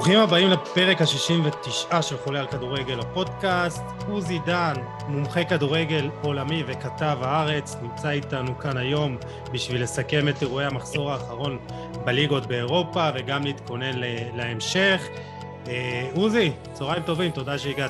ברוכים הבאים לפרק ה-69 של חולה על כדורגל הפודקאסט. עוזי דן, מומחה כדורגל עולמי וכתב הארץ, נמצא איתנו כאן היום בשביל לסכם את אירועי המחזור האחרון בליגות באירופה וגם להתכונן להמשך. עוזי, צהריים טובים, תודה שהגעת.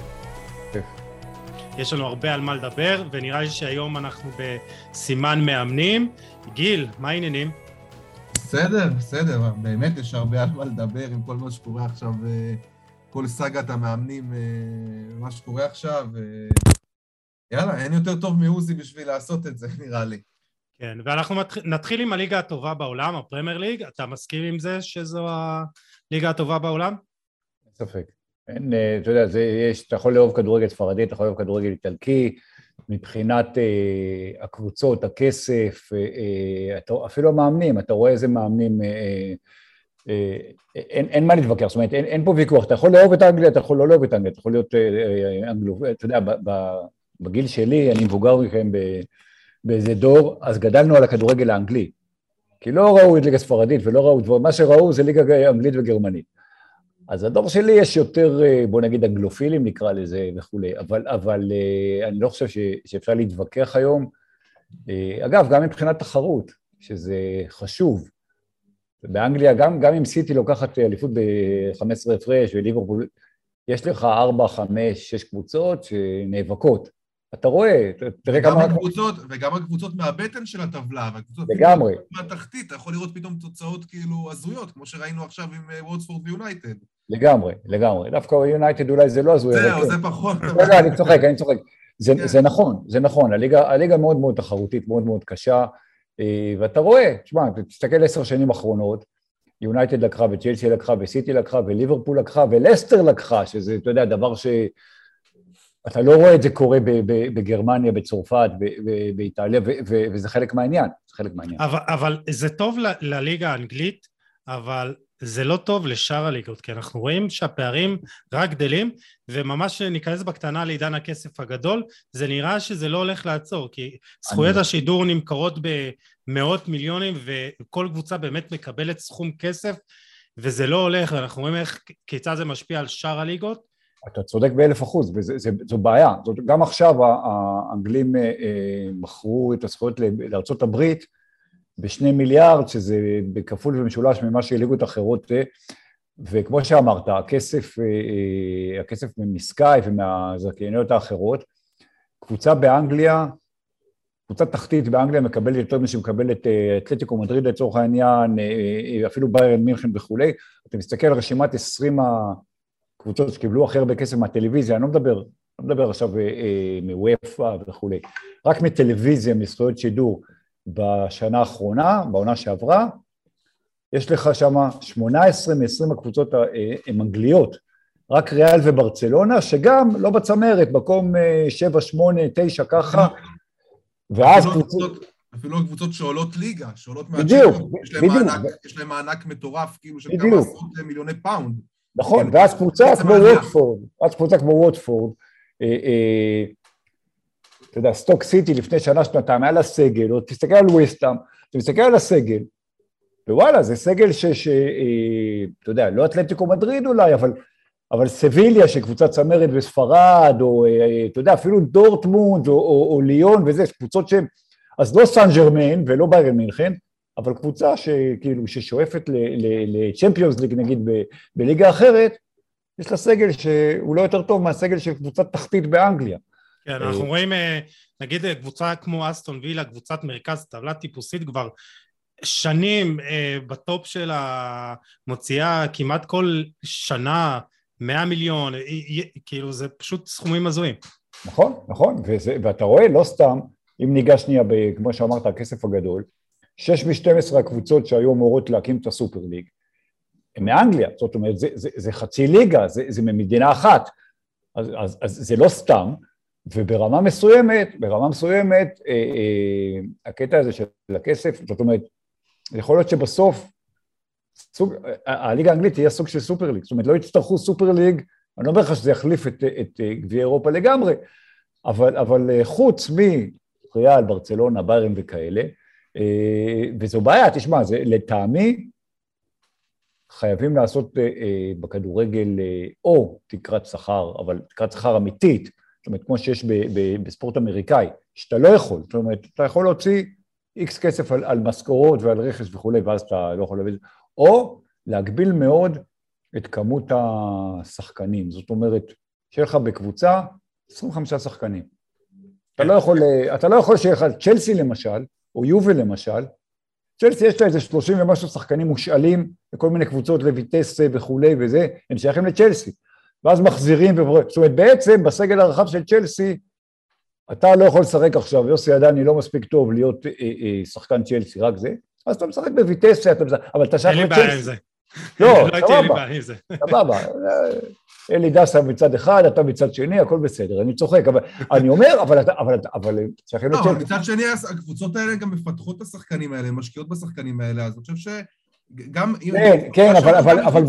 יש לנו הרבה על מה לדבר, ונראה לי שהיום אנחנו בסימן מאמנים. גיל, מה העניינים? בסדר, באמת יש הרבה על מה לדבר עם כל מה שקורה עכשיו, כל סגת המאמנים, מה שקורה עכשיו, יאללה, אין יותר טוב מעוזי בשביל לעשות את זה, נראה לי. כן, ואנחנו נתחיל עם הליגה הטובה בעולם, הפרמייר ליג. אתה מסכים עם זה שזו הליגה הטובה בעולם? ספק. אתה יודע, אתה יכול לאהוב כדורגל ספרדי, אתה יכול לאהוב כדורגל איטלקי, מבחינת הקבוצות, הכסף, אפילו המאמנים, אתה רואה איזה מאמנים, אין מה להתווכח, זאת אומרת, אין פה ויכוח, אתה יכול לאהוב את האנגליה, אתה יכול לא לאהוב את האנגליה, אתה יכול להיות אנגלו, אתה יודע, בגיל שלי, אני מבוגר מכם באיזה דור, אז גדלנו על הכדורגל האנגלי, כי לא ראו את ליגה ספרדית ולא ראו, מה שראו זה ליגה אנגלית וגרמנית. אז הדור שלי יש יותר, בוא נגיד, אנגלופילים נקרא לזה וכולי, אבל אני לא חושב שאפשר להתווכח היום. אגב, גם מבחינת תחרות, שזה חשוב. באנגליה, גם אם סיטי לוקחת אליפות ב-15 הפרש וליברפול, יש לך 4, 5, 6 קבוצות שנאבקות. אתה רואה, תראה כמה... וגם הקבוצות מהבטן של הטבלה, והקבוצות לגמרי. מהתחתית, אתה יכול לראות פתאום תוצאות כאילו הזויות, כמו שראינו עכשיו עם ווטפורד ויונייטד. לגמרי. דווקא יונייטד אולי זה לא הזוי. זהו, זה פחות. רגע, אני צוחק. זה נכון. הליגה מאוד מאוד תחרותית, מאוד מאוד קשה, ואתה רואה, תשמע, תסתכל 10 שנים אחרונות, יונייטד לקחה וצ'לסי לקחה וסיטי לקחה וליברפול לקחה ולסטר לקחה, שזה, אתה יודע, דבר אתה לא רואה את זה קורה בגרמניה, בצרפת, באיטליה, וזה חלק מהעניין, אבל זה טוב לליגה האנגלית, אבל זה לא טוב לשאר הליגות, כי אנחנו רואים שהפערים רק גדלים, וממש ניכנס בקטנה לעידן הכסף הגדול, זה נראה שזה לא הולך לעצור, כי זכויות השידור נמכרות במאות מיליונים, וכל קבוצה באמת מקבלת סכום כסף, וזה לא הולך, ואנחנו רואים כיצד זה משפיע על שאר הליגות, אתה צודק ב1,000%, וזו בעיה. גם עכשיו האנגלים מכרו את הזכויות לארצות הברית ב2 מיליארד, שזה בכפול ומשולש ממה שהליגות אחרות, וכמו שאמרת, הכסף מסקאי ומהזכייניות האחרות, קבוצה באנגליה, קבוצה תחתית באנגליה מקבלת יותר משמקבלת אתלטיקו מדריד לצורך העניין, אפילו ביירן מינכן וכולי. אתה מסתכל על רשימת 20 קבוצות שקיבלו הכי הרבה כסף מהטלוויזיה, אני לא מדבר עכשיו מוופא וכו', רק מטלוויזיה, מזכויות שידור בשנה האחרונה, בעונה שעברה, יש לך שם 18 מ-20 הקבוצות הן אנגליות, רק ריאל וברצלונה, שגם לא בצמרת, מקום 7, 8, 9 ככה, ואז אפילו הקבוצות שעולות ליגה, שעולות בדיוק, יש להם מענק מטורף, כאילו של כמה עשרות מיליוני פאונד. נכון, ואז קבוצה כמו ווטפורד, אתה יודע, סטוק סיטי לפני שנה, שנתיים, היה לה סגל, או תסתכל על וויסטהאם, אתה מסתכל על הסגל, ווואלה, זה סגל אתה יודע, לא אתלטיקו מדריד אולי, אבל סביליה, שקבוצה צמרת בספרד, או אתה יודע, אפילו דורטמונד, או ליון, וזה, קבוצות שהן, אז לא סן ג'רמן, ולא ביירן מינכן, אבל קבוצה שכאילו ששואפת לצ'מפיונס ליג נגיד בליגה אחרת, יש לה סגל שהוא לא יותר טוב מהסגל של קבוצת תחתית באנגליה. כן, אנחנו רואים, נגיד קבוצה כמו אסטון וילה, קבוצת מרכז טבלה טיפוסית כבר שנים בטופ של המוציאה כמעט כל שנה 100 מיליון, כאילו זה פשוט סכומים הזויים. נכון, ואתה רואה לא סתם, אם ניגע שנייה כמו שאמרת הכסף הגדול, 6 מ-12 הקבוצות שהיו אמורות להקים את הסופר ליג, הם מאנגליה, זאת אומרת, זה חצי ליגה, זה ממדינה אחת, אז זה לא סתם, וברמה מסוימת, הקטע הזה של הכסף, זאת אומרת, יכול להיות שבסוף, הליגה האנגלית תהיה סוג של סופר ליג, זאת אומרת, לא יצטרכו סופר ליג, אני לא אומר לך שזה יחליף את גביע אירופה לגמרי, אבל חוץ מריאל, ברצלונה, ביירן וכאלה, וזו בעיה, תשמע, זה לטעמי, חייבים לעשות בכדורגל או תקרת שכר, אבל תקרת שכר אמיתית, זאת אומרת, כמו שיש בספורט אמריקאי, שאתה לא יכול, זאת אומרת, אתה יכול להוציא איקס כסף על משכורות ועל רכש וכולי, ואז אתה לא יכול להביא את זה, או להגביל מאוד את כמות השחקנים, זאת אומרת, שיהיה לך בקבוצה 25 שחקנים. אתה לא יכול שיהיה לך צ'לסי למשל, או יובל למשל, צ'לסי יש לה איזה 30 ומשהו שחקנים מושאלים לכל מיני קבוצות לויטס וכולי וזה, הם שייכים לצ'לסי, ואז מחזירים זאת אומרת, בעצם בסגל הרחב של צ'לסי, אתה לא יכול לשחק עכשיו, יוסי עדני לא מספיק טוב להיות שחקן צ'לסי, רק זה, אז אתה משחק בויטס, אבל אתה שייך לצ'לסי. אין לי בעיה עם זה. לא, סבבה, אלי דסה מצד אחד, אתה מצד שני, הכל בסדר, אני צוחק, אבל אני אומר, אבל שייכים לצ'לסי. לא, מצד שני, הקבוצות האלה גם מפתחות את השחקנים האלה, משקיעות בשחקנים האלה, אז אני חושב שגם... כן, אבל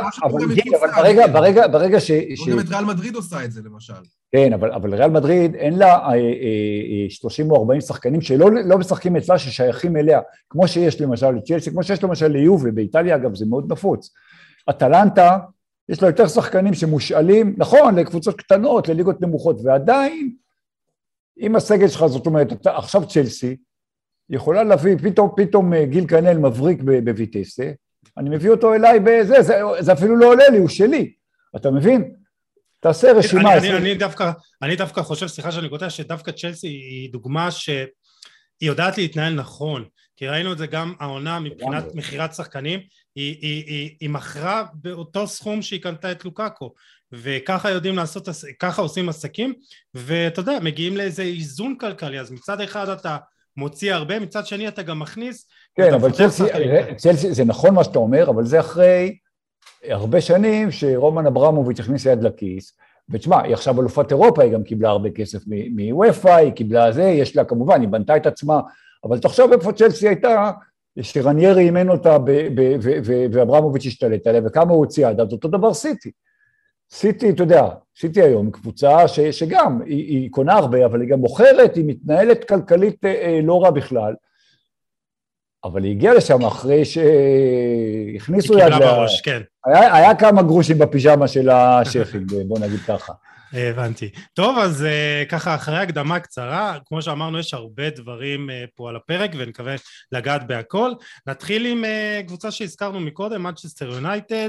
ברגע ש... גם את ריאל מדריד עושה את זה, למשל. כן, אבל ריאל מדריד אין לה 30 או 40 שחקנים שלא משחקים אצלה, ששייכים אליה, כמו שיש למשל לצ'לסי, כמו שיש למשל ליובה, באיטליה אגב זה מאוד נפוץ. אטלנטה, יש לה יותר שחקנים שמושאלים, נכון, לקבוצות קטנות, לליגות נמוכות, ועדיין, עם הסגל שלך, זאת אומרת, עכשיו צ'לסי, יכולה להביא, פתאום גיל קנל מבריק בויטסה, אני מביא אותו אליי בזה, זה אפילו לא עולה לי, הוא שלי, אתה מבין? תעשה רשימה. אני דווקא חושב, סליחה שאני קוטע, שדווקא צ'לסי היא דוגמה שהיא יודעת להתנהל נכון, כי ראינו את זה גם העונה מבחינת מחירת שחקנים, היא מכרה באותו סכום שהיא קנתה את לוקאקו, וככה יודעים לעשות, ככה עושים עסקים, ואתה יודע, מגיעים לאיזה איזון כלכלי, אז מצד אחד אתה מוציא הרבה, מצד שני אתה גם מכניס. כן, אבל צ'לסי, זה נכון מה שאתה אומר, אבל זה אחרי הרבה שנים שרומן אברמוביץ' הכניס יד לכיס, ותשמע, היא עכשיו אלופת אירופה, היא גם קיבלה הרבה כסף מוופא, היא קיבלה זה, יש לה כמובן, היא בנתה את עצמה, אבל תחשוב איפה צ'לסי הייתה, שרניירי אימן אותה ואברמוביץ' השתלט עליה, וכמה הוא הוציא עד, אותו דבר סיטי, אתה יודע, סיטי היום, קבוצה שגם, היא קונה הרבה, אבל היא גם מוכרת, היא מתנהלת כלכלית לא רע בכלל, אבל היא הגיעה לשם אחרי שהכניסו יד בראש, כן. היה כמה גרושים בפיג'מה של השייכים, בוא נגיד ככה. הבנתי. טוב, אז ככה אחרי הקדמה קצרה, כמו שאמרנו יש הרבה דברים פה על הפרק ונקווה לגעת בהכל. נתחיל עם קבוצה שהזכרנו מקודם, מנצ'סטר יונייטד,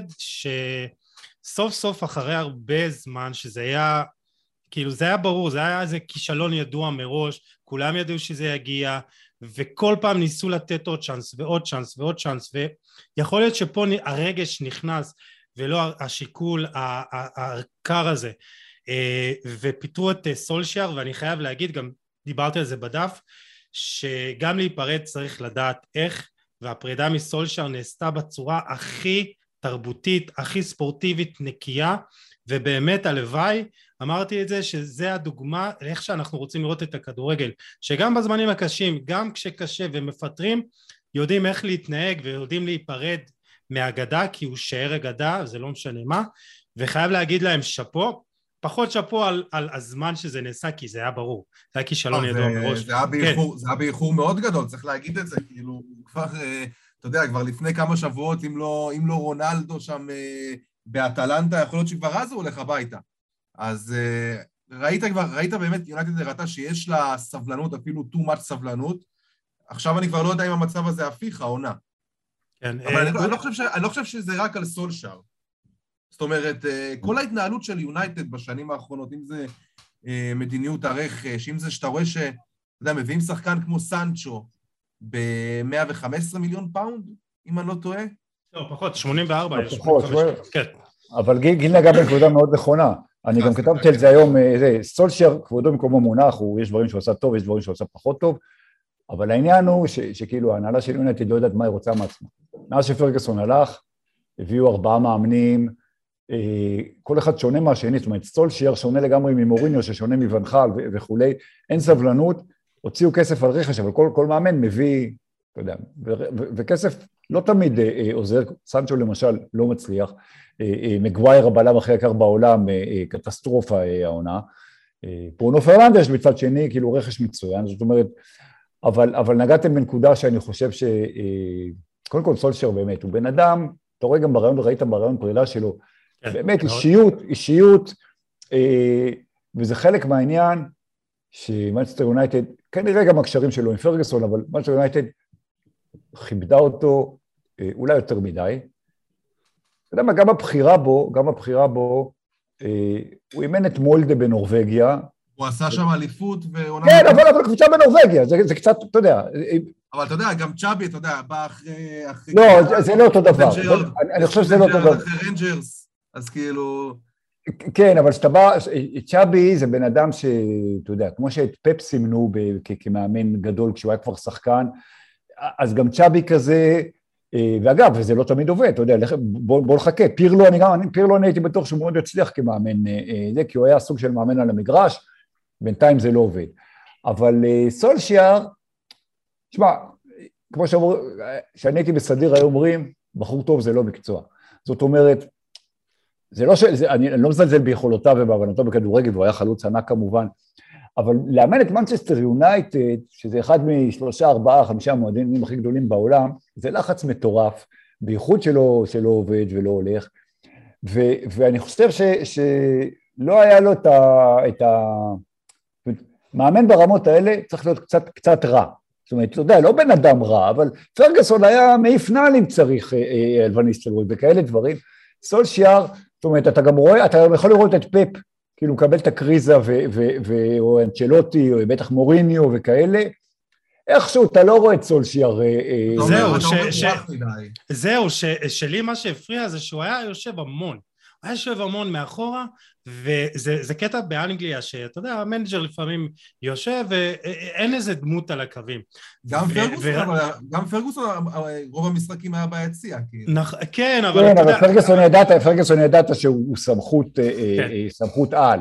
שסוף סוף אחרי הרבה זמן שזה היה, כאילו זה היה ברור, זה היה איזה כישלון ידוע מראש, כולם ידעו שזה יגיע, וכל פעם ניסו לתת עוד צ'אנס ועוד צ'אנס ועוד צ'אנס, ויכול להיות שפה הרגש נכנס ולא השיקול הקר הזה, ופיתרו את סולשייר, ואני חייב להגיד, גם דיברתי על זה בדף, שגם להיפרד צריך לדעת איך, והפרידה מסולשייר נעשתה בצורה הכי תרבותית, הכי ספורטיבית נקייה, ובאמת הלוואי, אמרתי את זה, שזה הדוגמה לאיך שאנחנו רוצים לראות את הכדורגל, שגם בזמנים הקשים, גם כשקשה ומפטרים, יודעים איך להתנהג ויודעים להיפרד מהאגדה, כי הוא שער אגדה, זה לא משנה מה, וחייב להגיד להם שפו, פחות שפו על הזמן שזה נעשה, כי זה היה ברור, זה היה כישלון ידוע מראש. זה היה באיחור מאוד גדול, צריך להגיד את זה, כאילו, כבר, אתה יודע, כבר לפני כמה שבועות, אם לא רונלדו שם באטלנטה, יכול להיות שכבר אז הוא הולך הביתה. אז ראית באמת, יונייטד הראתה שיש לה סבלנות, אפילו too much סבלנות, עכשיו אני כבר לא יודע אם המצב הזה הפיך, העונה. כן. אבל אני לא חושב שזה רק על סולשייר. זאת אומרת, כל ההתנהלות של יונייטד בשנים האחרונות, אם זה מדיניות הרכש, אם זה שאתה רואה מביאים שחקן כמו סנצ'ו ב-115 מיליון פאונד, אם אני לא טועה? לא, פחות, 84. אבל גיל נגע בנקודה מאוד נכונה. אני גם כתבתי על זה היום, סולשייר, כבודו במקומו מונח, יש דברים שהוא עושה טוב, יש דברים שהוא עושה פחות טוב, אבל העניין הוא שכאילו ההנהלה של יונייטד לא יודעת מה היא רוצה מעצמה. מאז שפרגוסון הלך, הביאו 4 מאמנים, כל אחד שונה מהשני, זאת אומרת, סולשייר שונה לגמרי ממוריניו, ששונה מבנחל וכולי, אין סבלנות, הוציאו כסף על רכש, אבל כל מאמן מביא, אתה יודע, וכסף לא תמיד עוזר, סנצ'ו למשל לא מצליח, מגווייר הבלם הכי יקר בעולם, קטסטרופה העונה, ברונו פרננדש מצד שני, כאילו רכש מצוין, זאת אומרת, אבל נגעתם בנקודה שאני חושב קודם כל סולשייר באמת, הוא בן אדם, אתה רואה גם ברעיון, ראית ברעיון פרידה שלו, כן, באמת מאוד. אישיות, וזה חלק מהעניין שמנצ'סטר יונייטד, כנראה גם הקשרים שלו עם פרגוסון, אבל מנצ'סטר יונייטד כיבדה אותו אולי יותר מדי. אתה יודע מה, גם הבחירה בו, הוא אימן את מולדה בנורווגיה. הוא עשה שם אליפות כן, אבל קבוצה בנורווגיה, זה קצת, אתה יודע. אבל אתה יודע, גם צ'אבי, אתה יודע, בא אחרי... לא, זה לא אותו דבר. אני חושב שזה לא אותו דבר. אחרי רנג'רס, אז כאילו... כן, אבל שאתה בא, צ'אבי זה בן אדם שאתה יודע, כמו שאת פפ סימנו כמאמן גדול כשהוא היה כבר שחקן, אז גם צ'אבי כזה, ואגב, וזה לא תמיד עובד, אתה יודע, בוא נחכה, פירלו אני הייתי בטוח שהוא מאוד יצליח כמאמן, כי הוא היה סוג של מאמן על המגרש, בינתיים זה לא עובד. אבל סולשייר, תשמע, כמו שאומרים, כשאני הייתי בסדיר היו אומרים, בחור טוב זה לא מקצוע. זאת אומרת, זה לא אני לא מזלזל ביכולותיו ובהבנתו בכדורגל, והוא היה חלוץ ענק כמובן, אבל לאמן את מנצ'סטר יונייטד, שזה אחד מ3, 4, 5 המועדונים הכי גדולים בעולם, זה לחץ מטורף, בייחוד שלא עובד ולא הולך, ואני חושב שלא היה לו את מאמן ברמות האלה, צריך להיות קצת רע. זאת אומרת, אתה יודע, לא בן אדם רע, אבל פרגוסון היה מעיף נעל אם צריך על ון ניסטלרוי, וכאלה דברים. סולשייר, זאת אומרת, אתה גם רואה, אתה יכול לראות את פפ, כאילו מקבל את הקריזה, או אנצ'לוטי, או בטח מוריניו וכאלה, איכשהו אתה לא רואה את סולשייר. זהו, שלי מה שהפריע זה שהוא היה יושב המון, היה יושב המון מאחורה, וזה קטע באנגליה שאתה יודע, המנג'ר לפעמים יושב ואין איזה דמות על הקווים. גם פרגוסון, רוב המשחקים היה ביציע. כן, אבל פרגוסון ידעת שהוא סמכות על.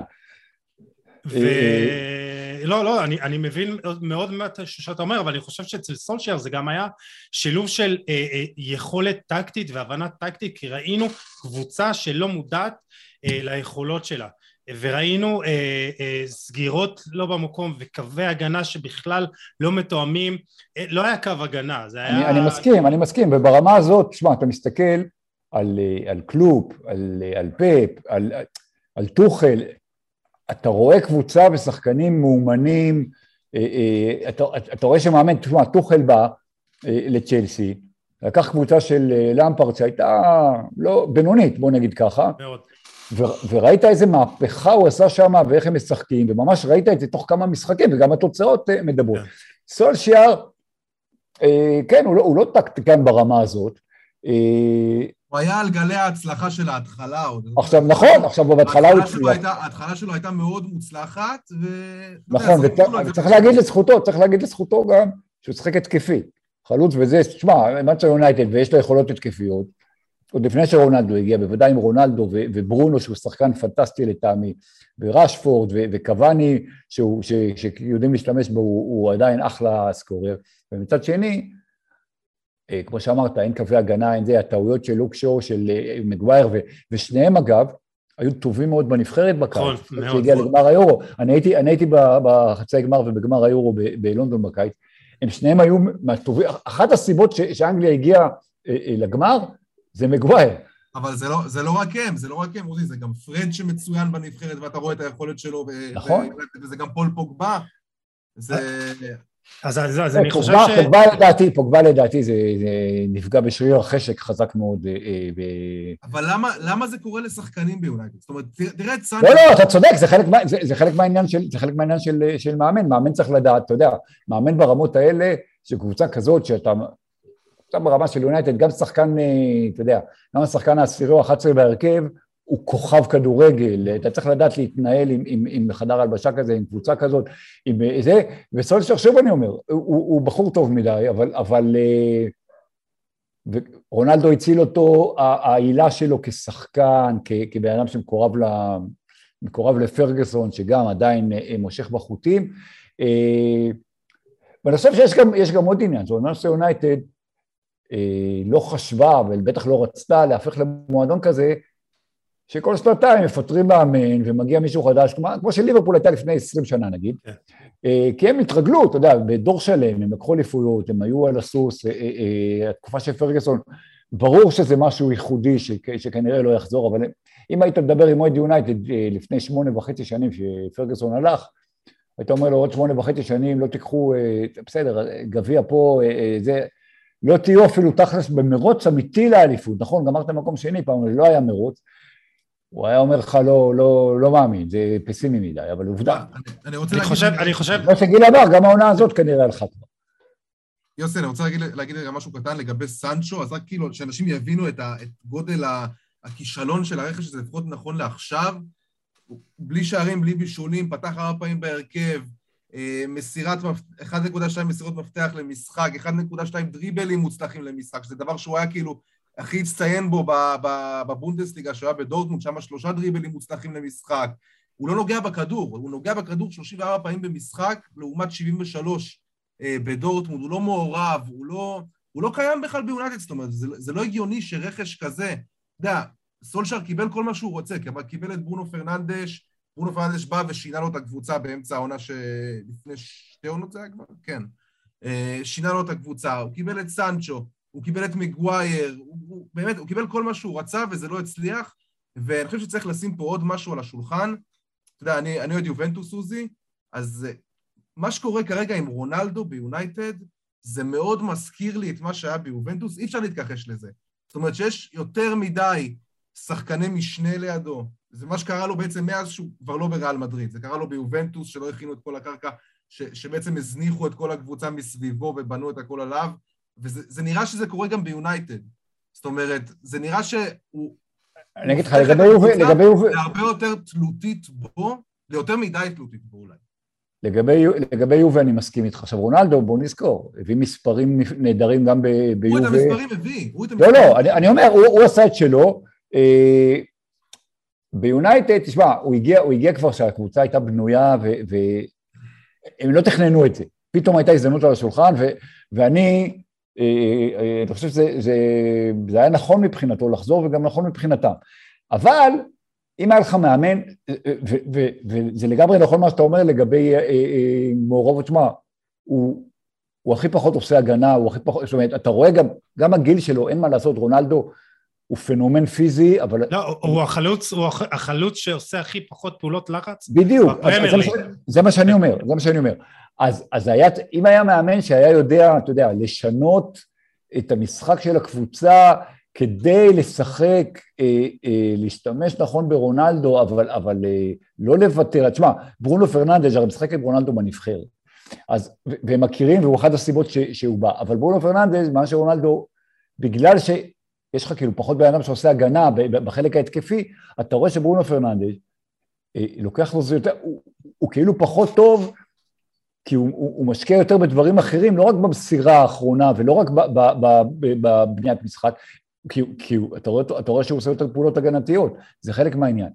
לא, אני מבין מאוד מה שאתה אומר, אבל אני חושב שאצל סולשייר זה גם היה שילוב של יכולת טקטית והבנה טקטית, כי ראינו קבוצה שלא מודעת ליכולות שלה, וראינו סגירות לא במקום וקווי הגנה שבכלל לא מתואמים, לא היה קו הגנה, זה היה... אני מסכים, וברמה הזאת, תשמע, אתה מסתכל על קלופ, על פפ, על טוחל, אתה רואה קבוצה ושחקנים מאומנים, אתה רואה שמאמן, תשמע, טוחל בא לצ'לסי, לקח קבוצה של למפרד שהייתה לא בינונית, בוא נגיד ככה, מאוד. וראית איזה מהפכה הוא עשה שם ואיך הם משחקים, וממש ראית את זה תוך כמה משחקים, וגם התוצאות מדברות. סולשייר, כן, הוא לא טקטיקן ברמה הזאת. הוא היה על גלי ההצלחה של ההתחלה. עכשיו, נכון, עכשיו בהתחלה הוא הצליח. ההתחלה שלו הייתה מאוד מוצלחת, נכון, וצריך להגיד לזכותו גם שהוא שחק התקפי. חלוץ וזה, תשמע, מנצ'סטר יונייטד ויש לו יכולות התקפיות, עוד לפני שרונלדו הגיע, בוודאי עם רונלדו וברונו, שהוא שחקן פנטסטי לטעמי, ורשפורד וקוואני, שיודעים להשתמש בו, הוא עדיין אחלה סקורר. ומצד שני, כמו שאמרת, אין קווי הגנה, אין זה, הטעויות של לוק שואו, של מגווייר, ושניהם אגב, היו טובים מאוד בנבחרת בקיץ, שהגיע לגמר היורו. אני הייתי בחצי הגמר ובגמר היורו בלונדון בקיץ, הם שניהם היו מהטובים, אחת הסיבות שאנגליה הגיעה לגמר, זה מגווייר. אבל זה לא רק הם, עוזי, זה גם פרד שמצוין בנבחרת, ואתה רואה את היכולת שלו, נכון. וזה גם פול פוגבה, אז אני חושב פוגבה לדעתי זה נפגע בשריר החשק חזק מאוד. אבל למה זה קורה לשחקנים ביונייטד? זאת אומרת, תראה את סאנצ'ו. לא, אתה צודק, זה חלק מהעניין של מאמן. מאמן צריך לדעת, אתה יודע, מאמן ברמות האלה, שקבוצה כזאת שאתה ברמה של יונייטד, גם שחקן, אתה יודע, גם השחקן העשירי או 11 בהרכב, הוא כוכב כדורגל, אתה צריך לדעת להתנהל עם חדר הלבשה כזה, עם קבוצה כזאת, עם זה, וסולשייר שוב אני אומר, הוא בחור טוב מדי, אבל רונלדו הציל אותו, העילה שלו כשחקן, כבן אדם שמקורב לפרגוסון, שגם עדיין מושך בחוטים, ואני חושב שיש גם עוד עניין, זאת אומרת שיונייטד לא חשבה, ובטח לא רצתה להפך למועדון כזה, שכל שנתיים מפטרים מאמן ומגיע מישהו חדש, כמו שליברפול הייתה לפני 20 שנה נגיד, כי הם התרגלו, אתה יודע, בדור שלם, הם לקחו אליפויות, הם היו על הסוס, התקופה של פרגוסון ברור שזה משהו ייחודי שכנראה לא יחזור, אבל אם היית מדבר עם אוהד יונייטד לפני 8.5 שנים שפרגוסון הלך, היית אומר לו עוד 8.5 שנים לא תיקחו, בסדר, גביע פה, זה, לא תהיו אפילו תכלס במרוץ אמיתי לאליפות, נכון, גמרתם מקום שני פעם, לא היה מרוץ, הוא היה אומר לך לא מאמין, זה פסימי מדי, אבל עובדה. אני חושב... מה שגיל אמר, גם העונה הזאת כנראה הלכה כבר. יוסי, אני רוצה להגיד גם משהו קטן לגבי סנצ'ו, אז רק כאילו שאנשים יבינו את גודל הכישלון של הרכש, שזה לפחות נכון לעכשיו, בלי שערים, בלי בישולים, פתח 4 פעמים בהרכב, 1.2 מסירות מפתח למשחק, 1.2 דריבלים מוצלחים למשחק, שזה דבר שהוא היה כאילו הכי הצטיין בו בבונדסליגה, שהוא היה בדורטמונד, שם 3 דריבלים מוצלחים למשחק. הוא לא נוגע בכדור, הוא נוגע בכדור 34 פעמים במשחק, לעומת 73 בדורטמונד, הוא לא מעורב, הוא לא קיים בכלל ביונייטד, זאת אומרת, זה לא הגיוני שרכש כזה, אתה יודע, סולשר קיבל כל מה שהוא רוצה, כי קיבל את ברונו פרננדש בא ושינה לו את הקבוצה באמצע העונה שלפני 2 עונות זה היה כבר, כן, שינה לו את הקבוצה, הוא קיבל את סנצ'ו, הוא קיבל את מגווייר, באמת, הוא קיבל כל מה שהוא רצה וזה לא הצליח, ואני חושב שצריך לשים פה עוד משהו על השולחן, אתה יודע, אני עוד יובנטוס עוזי, אז מה שקורה כרגע עם רונלדו ביונייטד, זה מאוד מזכיר לי את מה שהיה ביובנטוס, אי אפשר להתכחש לזה. זאת אומרת שיש יותר מדי שחקני משנה לידו, זה מה שקרה לו בעצם מאז שהוא כבר לא בריאל מדריד, זה קרה לו ביובנטוס שלא הכינו את כל הקרקע, שבעצם הזניחו את כל הקבוצה מסביבו ובנו את הכל עליו, וזה נראה שזה קורה גם ביונייטד. זאת אומרת, זה נראה שהוא... אני אגיד לך, לגבי יובל... זה הרבה יותר תלותית בו, ליותר מדי תלותית בו אולי. לגבי יובל אני מסכים איתך. עכשיו רונלדו, בוא נזכור, הביא מספרים נהדרים גם ביובל. הוא את המספרים הביא. לא, אני אומר, הוא עשה את שלו. ביונייטד, תשמע, הוא הגיע כבר שהקבוצה הייתה בנויה, והם לא תכננו את זה. פתאום הייתה הזדמנות על השולחן, ואני חושב שזה היה נכון מבחינתו לחזור, וגם נכון מבחינתם. אבל, אם היה לך מאמן, וזה לגמרי נכון מה שאתה אומר לגבי מעורבות, שמה, הוא הכי פחות עושה הגנה, הוא הכי פחות, זאת אומרת, אתה רואה גם הגיל שלו, אין מה לעשות, רונלדו הוא פנומן פיזי, אבל... לא, הוא החלוץ שעושה הכי פחות פעולות לחץ. בדיוק, זה מה שאני אומר, אז אם היה מאמן שהיה יודע, אתה יודע, לשנות את המשחק של הקבוצה, כדי לשחק, להשתמש נכון ברונלדו, אבל לא לוותר. תשמע, ברונו פרננדז' הרי משחק את רונלדו בנבחרת, והם מכירים, והוא אחד הסיבות שהוא בא, אבל ברונו פרננדז' מה שרונלדו, בגלל שיש לך כאילו פחות בן אדם שעושה הגנה בחלק ההתקפי, אתה רואה שברונו פרננדז' לוקח לו זה יותר, הוא כאילו פחות טוב, כי הוא משקיע יותר בדברים אחרים, לא רק במסירה האחרונה, ולא רק בבניית משחק, כי אתה רואה שהוא עושה יותר פעולות הגנתיות, זה חלק מהעניין.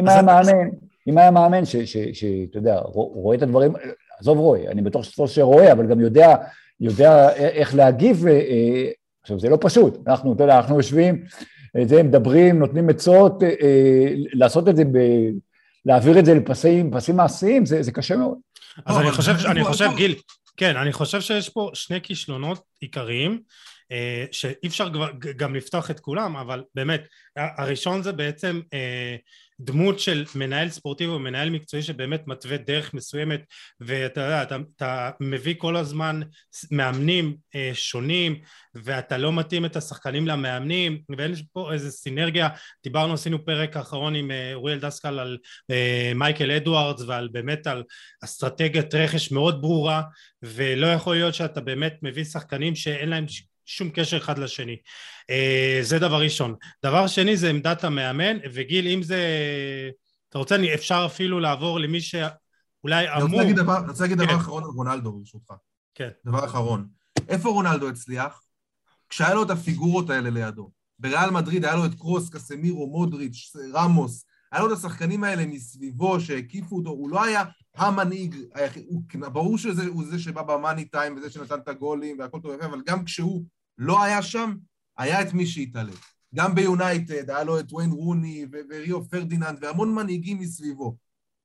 אם היה מאמן שאתה יודע, רואה את הדברים, עזוב רואה, אני בטוח שרואה, אבל גם יודע איך להגיב, עכשיו זה לא פשוט, אנחנו יושבים, מדברים, נותנים עצות, לעשות את זה, להעביר את זה לפסים מעשיים, זה קשה מאוד. אז אני חושב, גיל, כן, אני חושב שיש פה 2 כישלונות עיקריים, שאי אפשר גם לפתוח את כולם, אבל באמת, הראשון זה בעצם דמות של מנהל ספורטיבי או מנהל מקצועי שבאמת מתווה דרך מסוימת, ואתה יודע, אתה מביא כל הזמן מאמנים שונים, ואתה לא מתאים את השחקנים למאמנים, ואין פה איזה סינרגיה. עשינו פרק האחרון עם אוריאל דסקל על מייקל אדוארדס, ועל באמת על אסטרטגיית רכש מאוד ברורה, ולא יכול להיות שאתה באמת מביא שחקנים שאין להם שום קשר אחד לשני. זה דבר ראשון. דבר שני זה עמדת המאמן, וגיל, אם זה, אתה רוצה, אפשר אפילו לעבור למי שאולי אמור... אני רוצה להגיד דבר אחרון על רונלדו, ברשותך. כן. דבר אחרון. איפה רונלדו הצליח? כשהיה לו את הפיגורות האלה לידו. בריאל מדריד היה לו את קרוס, קסמירו, מודריץ', רמוס, היה לו את השחקנים האלה מסביבו שהקיפו אותו, הוא לא היה המנהיג, ברור שהוא זה שבא במאני טיים וזה שנתן את הגולים והכל טוב, אבל גם כשהוא לא היה שם, היה את מי שהתעלם. גם ביונייטד היה לו את וויין רוני וריו פרדיננד והמון מנהיגים מסביבו.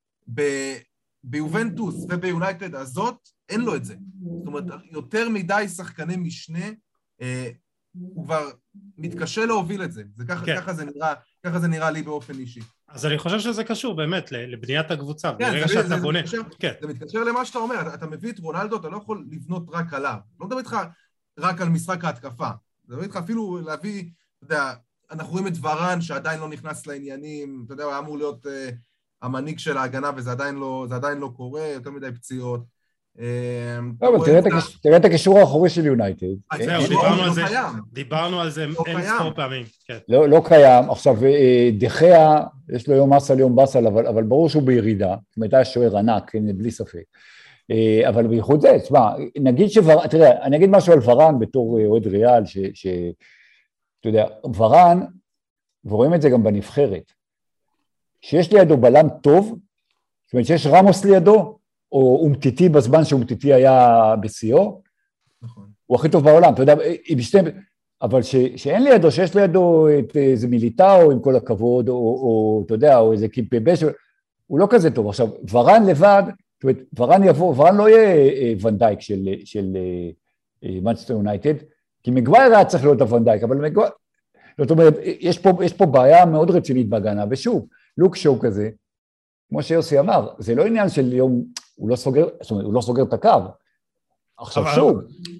ביובנטוס וביונייטד הזאת אין לו את זה. זאת אומרת, יותר מדי שחקני משנה, הוא כבר מתקשה להוביל את זה. ככה זה נראה לי באופן אישי. אז אני חושב שזה קשור באמת לבניית הקבוצה. כן, זה מתקשר למה שאתה אומר, אתה מביא את רונלדו, אתה לא יכול לבנות רק עליו. לא מדבר איתך רק על משחק ההתקפה. זה מדבר איתך אפילו להביא, אתה יודע, אנחנו רואים את ורן שעדיין לא נכנס לעניינים, אתה יודע, הוא היה אמור להיות המנהיג של ההגנה, וזה עדיין לא קורה, יותר מדי פציעות. תראה את הקישור האחורי של יונייטד. דיברנו על זה אין ספור פעמים. לא קיים. עכשיו, דחיה, יש לו יום מסל, יום בסל, אבל ברור שהוא בירידה. זאת אומרת, היה שוער ענק, בלי ספק. אבל בייחוד זה, תשמע, נגיד תראה, אני אגיד משהו על ורן בתור אוהד ריאל, אתה יודע, ורן, ורואים את זה גם בנבחרת, שיש לידו בלם טוב, זאת אומרת שיש רמוס לידו, או אומטיטי בזמן שאומטיטי היה בשיאו, נכון. הוא הכי טוב בעולם, אתה יודע, אבל שאין לידו, שיש לידו את איזה מיליטאו עם כל הכבוד, או אתה יודע, או איזה קימפבה, הוא לא כזה טוב. עכשיו, ורן לבד, זאת אומרת, ורן לא יהיה ונדייק של מנצ'סטר יונייטד, כי מגווייר היה צריך להיות הוונדייק, אבל מגווייר, זאת אומרת, יש פה בעיה מאוד רצינית בהגנה, ושוב, לוק שואו כזה, כמו שיוסי אמר, זה לא עניין של יום, הוא לא סוגר את הקו. עכשיו שוב,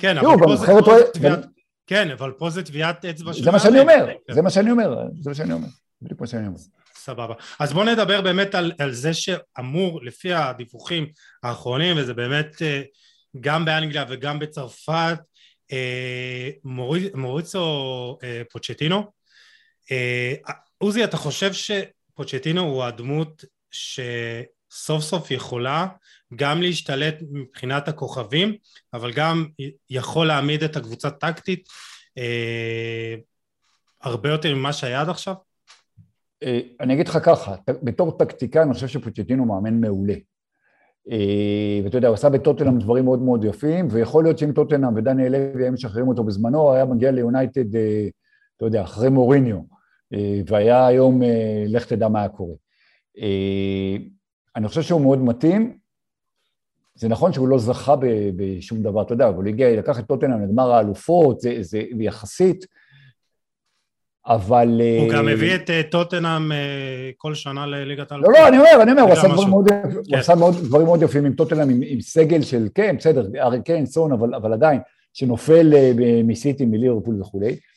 אבל פה זה טביעת אצבע של... זה מה שאני אומר, בדיוק מה שאני אומר. סבבה. אז בואו נדבר באמת על זה שאמור, לפי הדיווחים האחרונים, וזה באמת גם באנגליה וגם בצרפת, מוריציו פוצ'טינו. עוזי, אתה חושב שפוצ'טינו הוא הדמות שסוף סוף יכולה גם להשתלט מבחינת הכוכבים, אבל גם יכול להעמיד את הקבוצה טקטית הרבה יותר ממה שהיה עד עכשיו? אני אגיד לך ככה, בתור טקטיקה אני חושב שפוצ'טינו מאמן מעולה. ואתה יודע, הוא עשה בטוטנהאם דברים מאוד מאוד יפים, ויכול להיות שאם טוטנהאם ודניאל לוי הם משחררים אותו בזמנו, היה מגיע ליונייטד, אתה יודע, אחרי מוריניו, והיה היום, לך תדע מה היה קורה. אני חושב שהוא מאוד מתאים, זה נכון שהוא לא זכה בשום דבר, אתה יודע, אבל הוא הגיע, לקח את טוטנהאם, נגמר האלופות, זה יחסית, אבל... הוא גם הביא את טוטנהאם כל שנה לליגת האלופות. לא, אני אומר, הוא עשה דברים מאוד יפים עם טוטנהאם, עם סגל של, כן, בסדר, ארי קיין, סון, אבל עדיין, שנופל מסיטי, מליברפול וכו'.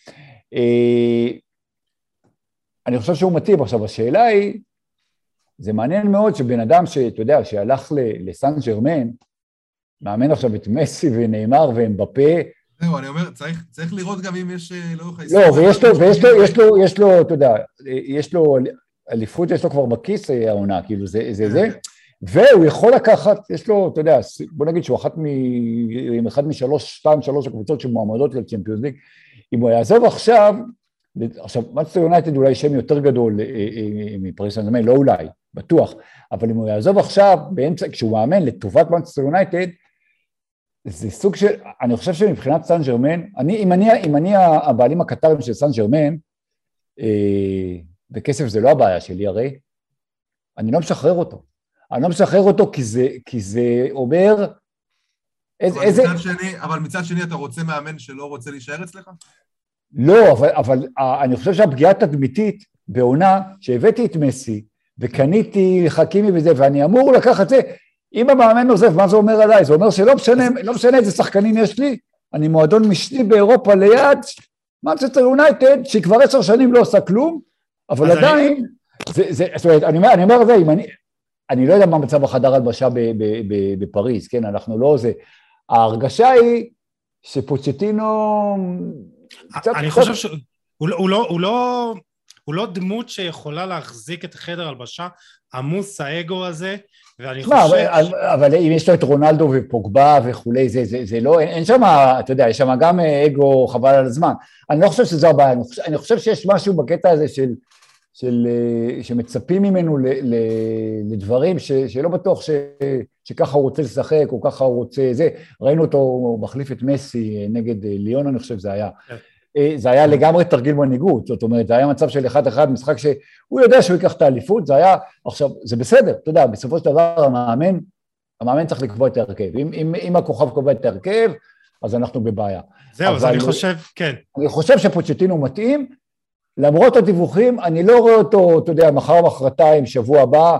אני חושב שהוא מתאים. עכשיו, השאלה היא, זה מעניין מאוד שבן אדם שאתה יודע, שהלך לסן ג'רמן, מאמן עכשיו את מסי וניימר ואמבפה, זהו, אני אומר, צריך לראות גם אם יש לא, ויש לו, אתה יודע, יש לו אליפות, יש לו כבר בכיס העונה, כאילו זה, והוא יכול לקחת, יש לו, אתה יודע, בוא נגיד שהוא אחד משתיים, שלוש הקבוצות שמועמדות לצ'מפיונס ליג, אם הוא יעזוב עכשיו, מנצ'סטר יונייטד אולי שם יותר גדול מפריס סן ז'רמן, לא אולי, בטוח, אבל אם הוא יעזוב עכשיו, כשהוא מאמן לטובת מנצ'סטר יונייטד, זה סוג של, אני חושב שמבחינת סן ג'רמן, אם אני הבעלים הקטרים של סן ג'רמן, בכסף זה לא הבעיה שלי הרי, אני לא משחרר אותו. אני לא משחרר אותו כי זה אומר, אבל מצד שני אתה רוצה מאמן שלא רוצה להישאר אצלך? לא, אבל אני חושב שהפגיעה התדמיתית בעונה שהבאתי את מסי, וקניתי חכימי וזה, ואני אמור לקחת זה, אם המאמן עוזב, מה זה אומר עליי? זה אומר שלא משנה איזה שחקנים יש לי, אני מועדון משני באירופה ליד, מנצ'סטר יונייטד, שכבר 10 שנים לא עושה כלום, אבל עדיין, זאת אומרת, אני אומר את זה, אני לא יודע מה מצב החדר הלבשה בפריז, כן, אנחנו לא זה, ההרגשה היא שפוצ'טינו, אני חושב שהוא לא דמות שיכולה להחזיק את חדר הלבשה, עמוס האגו הזה, ואני חושב... אבל אם יש לו את רונלדו ופוגבה וכולי, זה לא, אין שם, אתה יודע, יש שם גם אגו חבל על הזמן. אני לא חושב שזו הבעיה, אני חושב שיש משהו בקטע הזה שמצפים ממנו לדברים שלא בטוח שככה הוא רוצה לשחק, או ככה הוא רוצה זה. ראינו אותו, הוא מחליף את מסי נגד ליון, אני חושב שזה היה. זה היה לגמרי תרגיל מנהיגות, זאת אומרת, זה היה מצב של 1-1, משחק שהוא יודע שהוא ייקח את האליפות, זה היה, עכשיו, זה בסדר, אתה יודע, בסופו של דבר המאמן צריך לקבוע את ההרכב, אם הכוכב קובע את ההרכב, אז אנחנו בבעיה. זהו, אז אני חושב, כן. אני חושב שפוצ'טינו מתאים, למרות הדיווחים, אני לא רואה אותו, אתה יודע, מחר מחרתיים, שבוע הבא,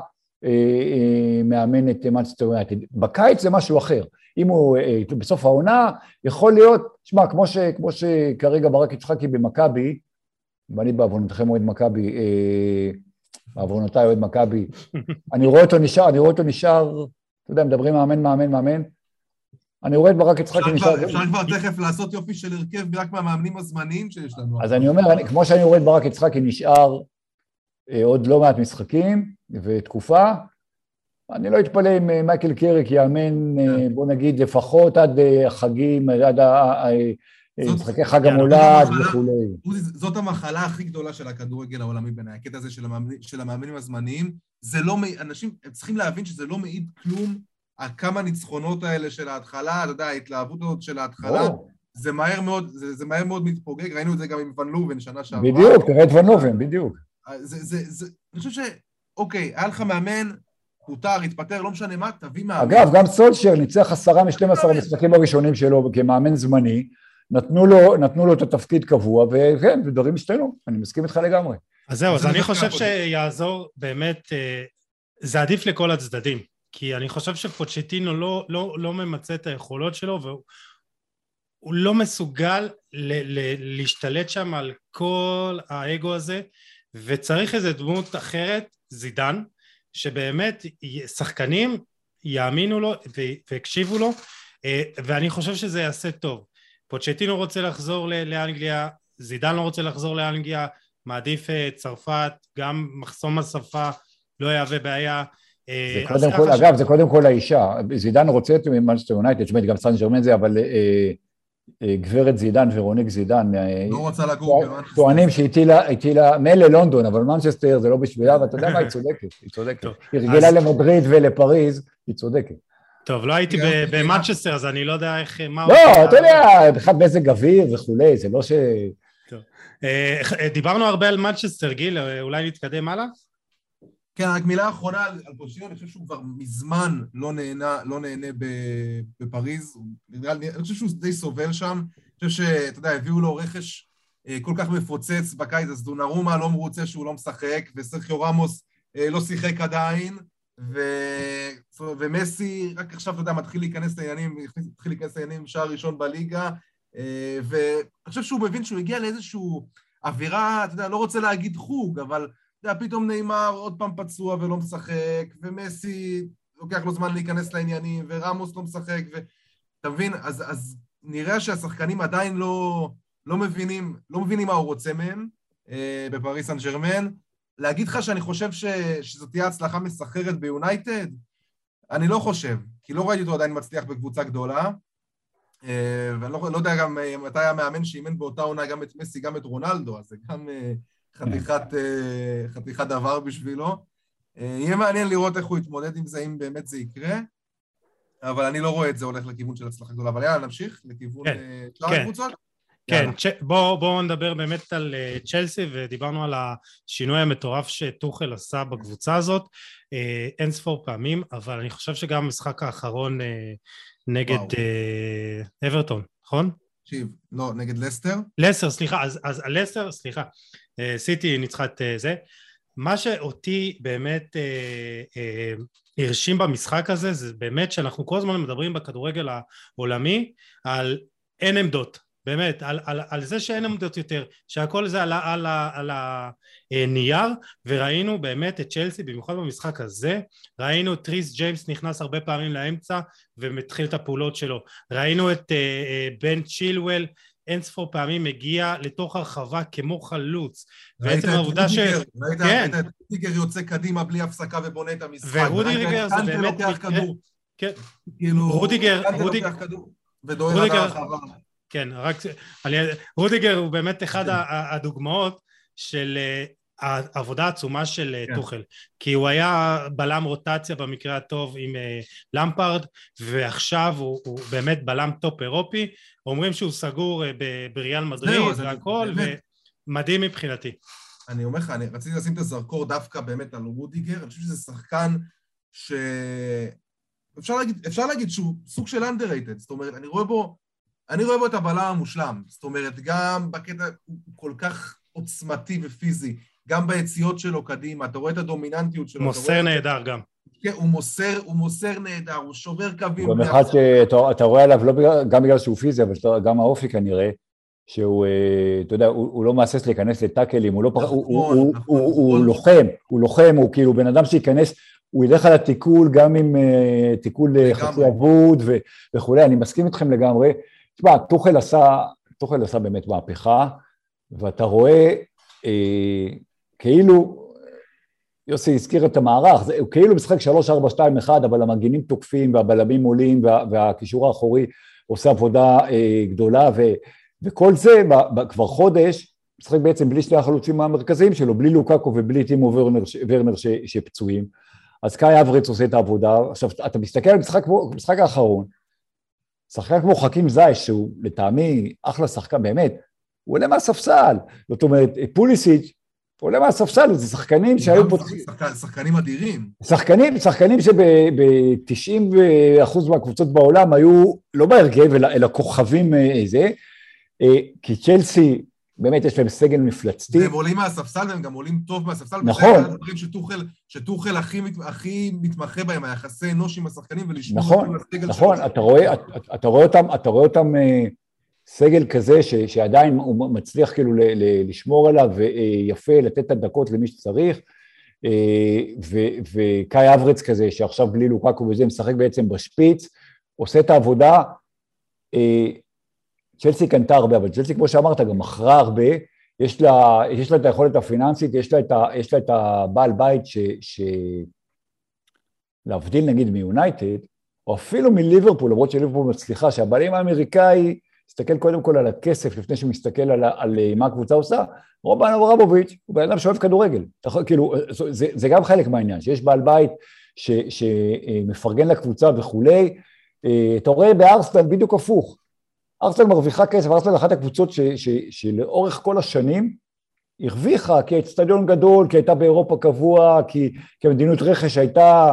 מאמן את מנצ'סטר יונייטד. בקיץ זה משהו אחר. אם הוא בסוף העונה, יכול להיות, תשמע, כמו שכרגע ברק יצחקי במכבי, ואני בעוונותיכם אוהד מכבי, בעוונותיי אוהד מכבי, אני רואה אותו נשאר, אתה יודע, מדברים מאמן, אני רואה את ברק יצחקי נשאר... אפשר כבר תכף לעשות יופי של הרכב רק מהמאמנים הזמניים שיש לנו. אז אני אומר, כמו שאני רואה את ברק יצחקי נשאר עוד לא מעט משחקים ותקופה, אני לא אתפלא אם מייקל קריק יאמן, בוא נגיד, לפחות עד החגים, עד משחקי חג המולד וכולי. זאת המחלה הכי גדולה של הכדורגל העולמי בעיניי, הקטע הזה של המאמנים הזמניים, אנשים צריכים להבין שזה לא מעיד כלום על כמה ניצחונות האלה של ההתחלה, אתה יודע, ההתלהבות הזאת של ההתחלה, זה מהר מאוד מתפוגג, ראינו את זה גם עם ון לובן שנה שעברה. בדיוק, תראה את ון לובן, בדיוק. אני חושב אוקיי, היה לך מאמן, פוטר, התפטר, לא משנה מה, תביא מאמן. אגב, גם סולשר ניצח 10 מ-12 המשחקים הראשונים שלו כמאמן זמני, נתנו לו את התפקיד קבוע, וכן, ודברים השתנו, אני מסכים איתך לגמרי. אז זהו, אז אני חושב שיעזור באמת, זה עדיף לכל הצדדים, כי אני חושב שפוצ'טינו לא ממצא את היכולות שלו, והוא לא מסוגל להשתלט שם על כל האגו הזה, וצריך איזו דמות אחרת, זידן, שבאמת שחקנים יאמינו לו והקשיבו לו, ואני חושב שזה יעשה טוב. פוצ'טינו רוצה לחזור לאנגליה, זידן לא רוצה לחזור לאנגליה, מעדיף צרפת, גם מחסום השפה לא יהווה בעיה. אגב, זה קודם כל האישה, זידן רוצה את מנצ'סטר יונייטד, שמעת גם סן ז'רמן זה, אבל גברת זידן ורוניק זידן, לא רוצה לגור במנצ'סטר. טוענים שהטילה מילא לונדון, אבל מנצ'סטר זה לא בשבילה, ואתה יודע מה, היא צודקת. היא רגילה למדריד ולפריז, היא צודקת. טוב, לא הייתי במנצ'סטר, אז אני לא יודע איך... לא, אתה יודע, בכלל באיזה אוויר וכולי, זה לא ש... דיברנו הרבה על מנצ'סטר, גיל, אולי נתקדם הלאה? כן, רק מילה אחרונה על פוצ'טינו, אני חושב שהוא כבר מזמן לא נהנה בפריז, אני חושב שהוא די סובל שם, אני חושב שאתה יודע, הביאו לו רכש כל כך מפוצץ בקיץ, אז דונרומה לא מרוצה שהוא לא משחק, וסרחיו רמוס לא שיחק עדיין, ומסי רק עכשיו, אתה יודע, מתחיל להיכנס לעניינים שער ראשון בליגה, ואני חושב שהוא מבין שהוא הגיע לאיזשהו אווירה, אתה יודע, לא רוצה להגיד חוג, אבל פתאום נאמר עוד פעם פצוע ולא משחק, ומסי לוקח לו זמן להיכנס לעניינים, ורמוס לא משחק, ואתה מבין, אז נראה שהשחקנים עדיין לא מבינים מה הוא רוצה מהם, בפריס סן ז'רמן. להגיד לך שאני חושב שזאת תהיה הצלחה מסחררת ביונייטד? אני לא חושב, כי לא ראיתי אותו עדיין מצליח בקבוצה גדולה, ואני לא יודע גם מתי המאמן שאימן באותה עונה גם את מסי, גם את רונלדו, אז זה גם חתיכת דבר בשבילו. יהיה מעניין לראות איך הוא יתמודד עם זה, אם באמת זה יקרה, אבל אני לא רואה את זה הולך לכיוון של הצלחה גדולה. אבל יאללה, נמשיך לכיוון שאר הקבוצות. כן, בואו נדבר באמת על צ'לסי, ודיברנו על השינוי המטורף שטוחל עשה בקבוצה הזאת, אין ספור פעמים, אבל אני חושב שגם המשחק האחרון נגד אברטון, נכון? תקשיב, לא, נגד לסטר? לסטר, סליחה, אז לסטר, סליחה, סיטי ניצחה את זה. מה שאותי באמת הרשים במשחק הזה, זה באמת שאנחנו כל הזמן מדברים בכדורגל העולמי על אין עמדות, באמת, על זה שאין עמדות יותר, שהכל זה על הנייר, וראינו באמת את צ'לסי, במיוחד במשחק הזה, ראינו את טריס ג'יימס נכנס הרבה פעמים לאמצע, ומתחיל את הפעולות שלו, ראינו את בן צ'ילואל, אין ספור פעמים מגיע לתוך הרחבה כמו חלוץ, ועצם העובדה ראית את רודיגר יוצא קדימה בלי הפסקה ובונה את המשחק, ורודיגר זה באמת לוקח כדור, רודיגר ודואר עד הרחבה. כן, רודיגר הוא באמת אחד הדוגמאות של העבודה העצומה של טוחל, כי הוא היה בלם רוטציה במקרה הטוב עם למפרד, ועכשיו הוא באמת בלם טופ אירופי, אומרים שהוא סגור בריאל מדריד והכל, ומדהים מבחינתי. אני אומר לך, אני רציתי לשים את הזרקור דווקא באמת על רודיגר, אני חושב שזה שחקן אפשר להגיד שהוא סוג של underrated, זאת אומרת, אני רואה בו אני רואה בו את הבלם המושלם, זאת אומרת, גם בקטע הוא כל כך עוצמתי ופיזי, גם ביציאות שלו קדימה, אתה רואה את הדומיננטיות שלו. מוסר נהדר גם. כן, הוא מוסר נהדר, הוא שובר קווים. גם אחד שאתה רואה עליו, גם בגלל שהוא פיזי, אבל גם האופי כנראה, שהוא, אתה יודע, הוא לא מהסס להיכנס לטאקלים, הוא לוחם, הוא כאילו בן אדם שייכנס, הוא ילך על התיקול, גם עם תיקול חצי אבוד וכו', אני מסכים איתכם לגמרי. תשמע, טוחל עשה באמת מהפכה, ואתה רואה, כאילו, יוסי הזכיר את המערך, הוא כאילו משחק 3-4-2-1, אבל המגינים תוקפים, והבלמים עולים, והקישור האחורי עושה עבודה גדולה, וכל זה כבר חודש, משחק בעצם בלי שני החלוצים המרכזיים שלו, בלי לוקאקו ובלי טימו ורנר שפצועים, אז קאי אברץ עושה את העבודה. עכשיו, אתה מסתכל על משחק האחרון, שחקן כמו חכים זייש, שהוא לטעמי אחלה שחקן, באמת, הוא עולה מהספסל, זאת אומרת, פוליסיץ' הוא עולה מהספסל, זה שחקנים שהיו פה... שחקנים אדירים. שחקנים שב-90% מהקבוצות בעולם היו לא בהרכב, אלא כוכבים איזה, כי צ'לסי, באמת יש להם סגל מפלצתי. והם עולים מהספסל, והם גם עולים טוב מהספסל. נכון. וזה הדברים שטוחל הכי מתמחה בהם, היחסי אנוש עם השחקנים, ולשמור אותם לסגל שלו. נכון, אתה רואה אותם סגל כזה, שעדיין הוא מצליח כאילו לשמור עליו, ויפה לתת את הדקות למי שצריך, וקאי אברץ כזה, שעכשיו בלי לוקאקו וזה, משחק בעצם בשפיץ, עושה את העבודה, צ'לסי קנתה הרבה, אבל צ'לסי, כמו שאמרת, גם מכרה הרבה, יש לה את היכולת הפיננסית, יש לה את הבעל בית להבדיל נגיד מיונייטד, או אפילו מליברפול, למרות שליברפול מצליחה, שהבעלים האמריקאי מסתכל קודם כל על הכסף, לפני שהוא מסתכל על מה הקבוצה עושה, רובן אברמוביץ' הוא בן אדם שאוהב כדורגל, כאילו, זה גם חלק מהעניין, שיש בעל בית שמפרגן לקבוצה וכולי, אתה רואה בארסנל בדיוק הפוך, ארסנל מרוויחה כסף, ארסנל אחת הקבוצות שלאורך כל השנים הרוויחה, כי הייתה סטדיון גדול, כי הייתה באירופה קבוע, כי המדיניות רכש הייתה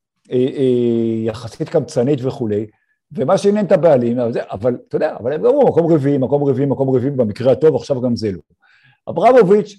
יחסית קמצנית וכו', ומה שעניין את הבעלים, אבל אתה יודע, אבל הם גם מקום רביעי, במקרה הטוב, עכשיו גם זה לא. אברמוביץ',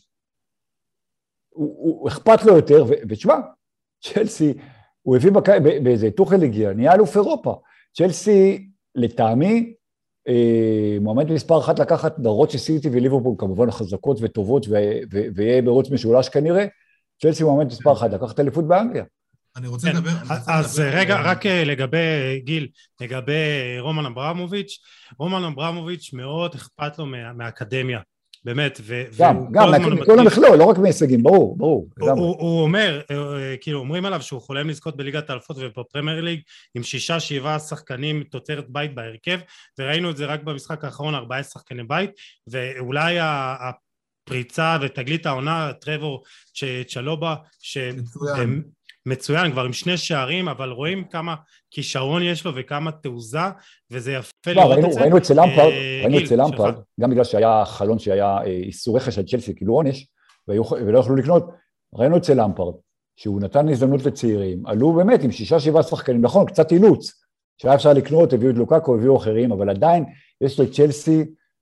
הוא אכפת לו יותר, ותשמע, צ'לסי, הוא הביא באיזה טוחל הגיע, נהיה אלוף אירופה, צ'לסי לטעמי, מועמד מספר אחת לקחת דרות שסיטי וליברפול כמובן חזקות וטובות ויהיה ברוץ משולש כנראה, צ'לסי מועמד מספר אחת לקחת אליפות באנגליה. אני רוצה לדבר... אז רגע, רק לגבי גיל, לגבי רומן אברמוביץ' מאוד אכפת לו מהאקדמיה, באמת, גם כל המכלול, לא רק מהישגים, ברור. הוא אומר, כאילו אומרים עליו שהוא חולם לזכות בליגת האלופות ובפרמייר ליג עם 6-7 שחקנים תוצרת בית בהרכב, וראינו את זה רק במשחק האחרון, 4 שחקני בית, ואולי הפריצה ותגלית העונה, טרוור צ'לובה, מצוין, כבר עם 2 שערים, אבל רואים כמה כישרון יש לו וכמה תעוזה, וזה יפה לראות את זה. ראינו אצל למפרד, גם בגלל שהיה חלון שהיה איסור רכש על צ'לסי, כאילו עונש, ולא יכלו לקנות, ראינו אצל למפרד, שהוא נתן הזדמנות לצעירים, עלו באמת עם 6-7 שחקנים, נכון, קצת אילוץ, שהיה אפשר לקנות, הביאו את לוקאקו, הביאו אחרים, אבל עדיין יש לצ'לסי,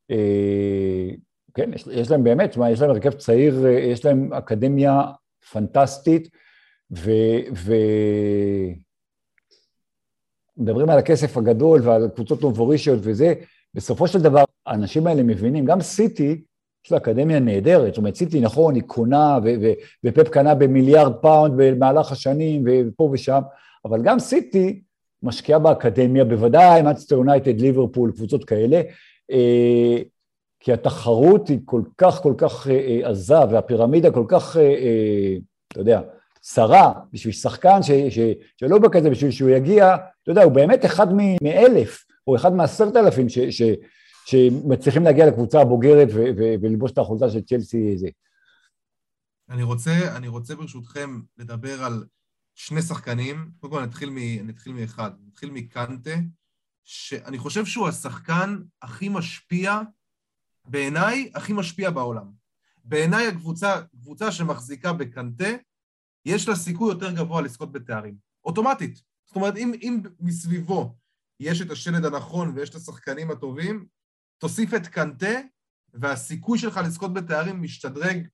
כן, יש להם באמת, יש להם הרכב צעיר, יש להם אקדמיה פנטסטית, מדברים על הכסף הגדול ועל קבוצות נובורישיות וזה, בסופו של דבר האנשים האלה מבינים, גם סיטי, יש לה אקדמיה נהדרת, זאת אומרת סיטי נכון, היא קונה ופפ קנה במיליארד פאונד במהלך השנים ופה ושם, אבל גם סיטי משקיעה באקדמיה, בוודאי מנצ'סטר יונייטד, ליברפול, קבוצות כאלה, כי התחרות היא כל כך עזה, והפירמידה כל כך, אתה יודע, שרה, בשביל שחקן שלא בכזה, בשביל שהוא יגיע, אתה יודע, הוא באמת אחד מ-1,000, או אחד מ10,000 שמצליחים להגיע לקבוצה הבוגרת וללבוש את החולצה של צ'לסי זה. אני רוצה ברשותכם לדבר על 2 שחקנים, קודם כל נתחיל מאחד, נתחיל מקנטה, שאני חושב שהוא השחקן הכי משפיע, בעיניי הכי משפיע בעולם. בעיניי הקבוצה שמחזיקה בקנטה, יש לה סיכוי יותר גבוה לזכות בתארים, אוטומטית. זאת אומרת, אם מסביבו יש את השלד הנכון ויש את השחקנים הטובים, תוסיף את קנטה, והסיכוי שלך לזכות בתארים משתדרג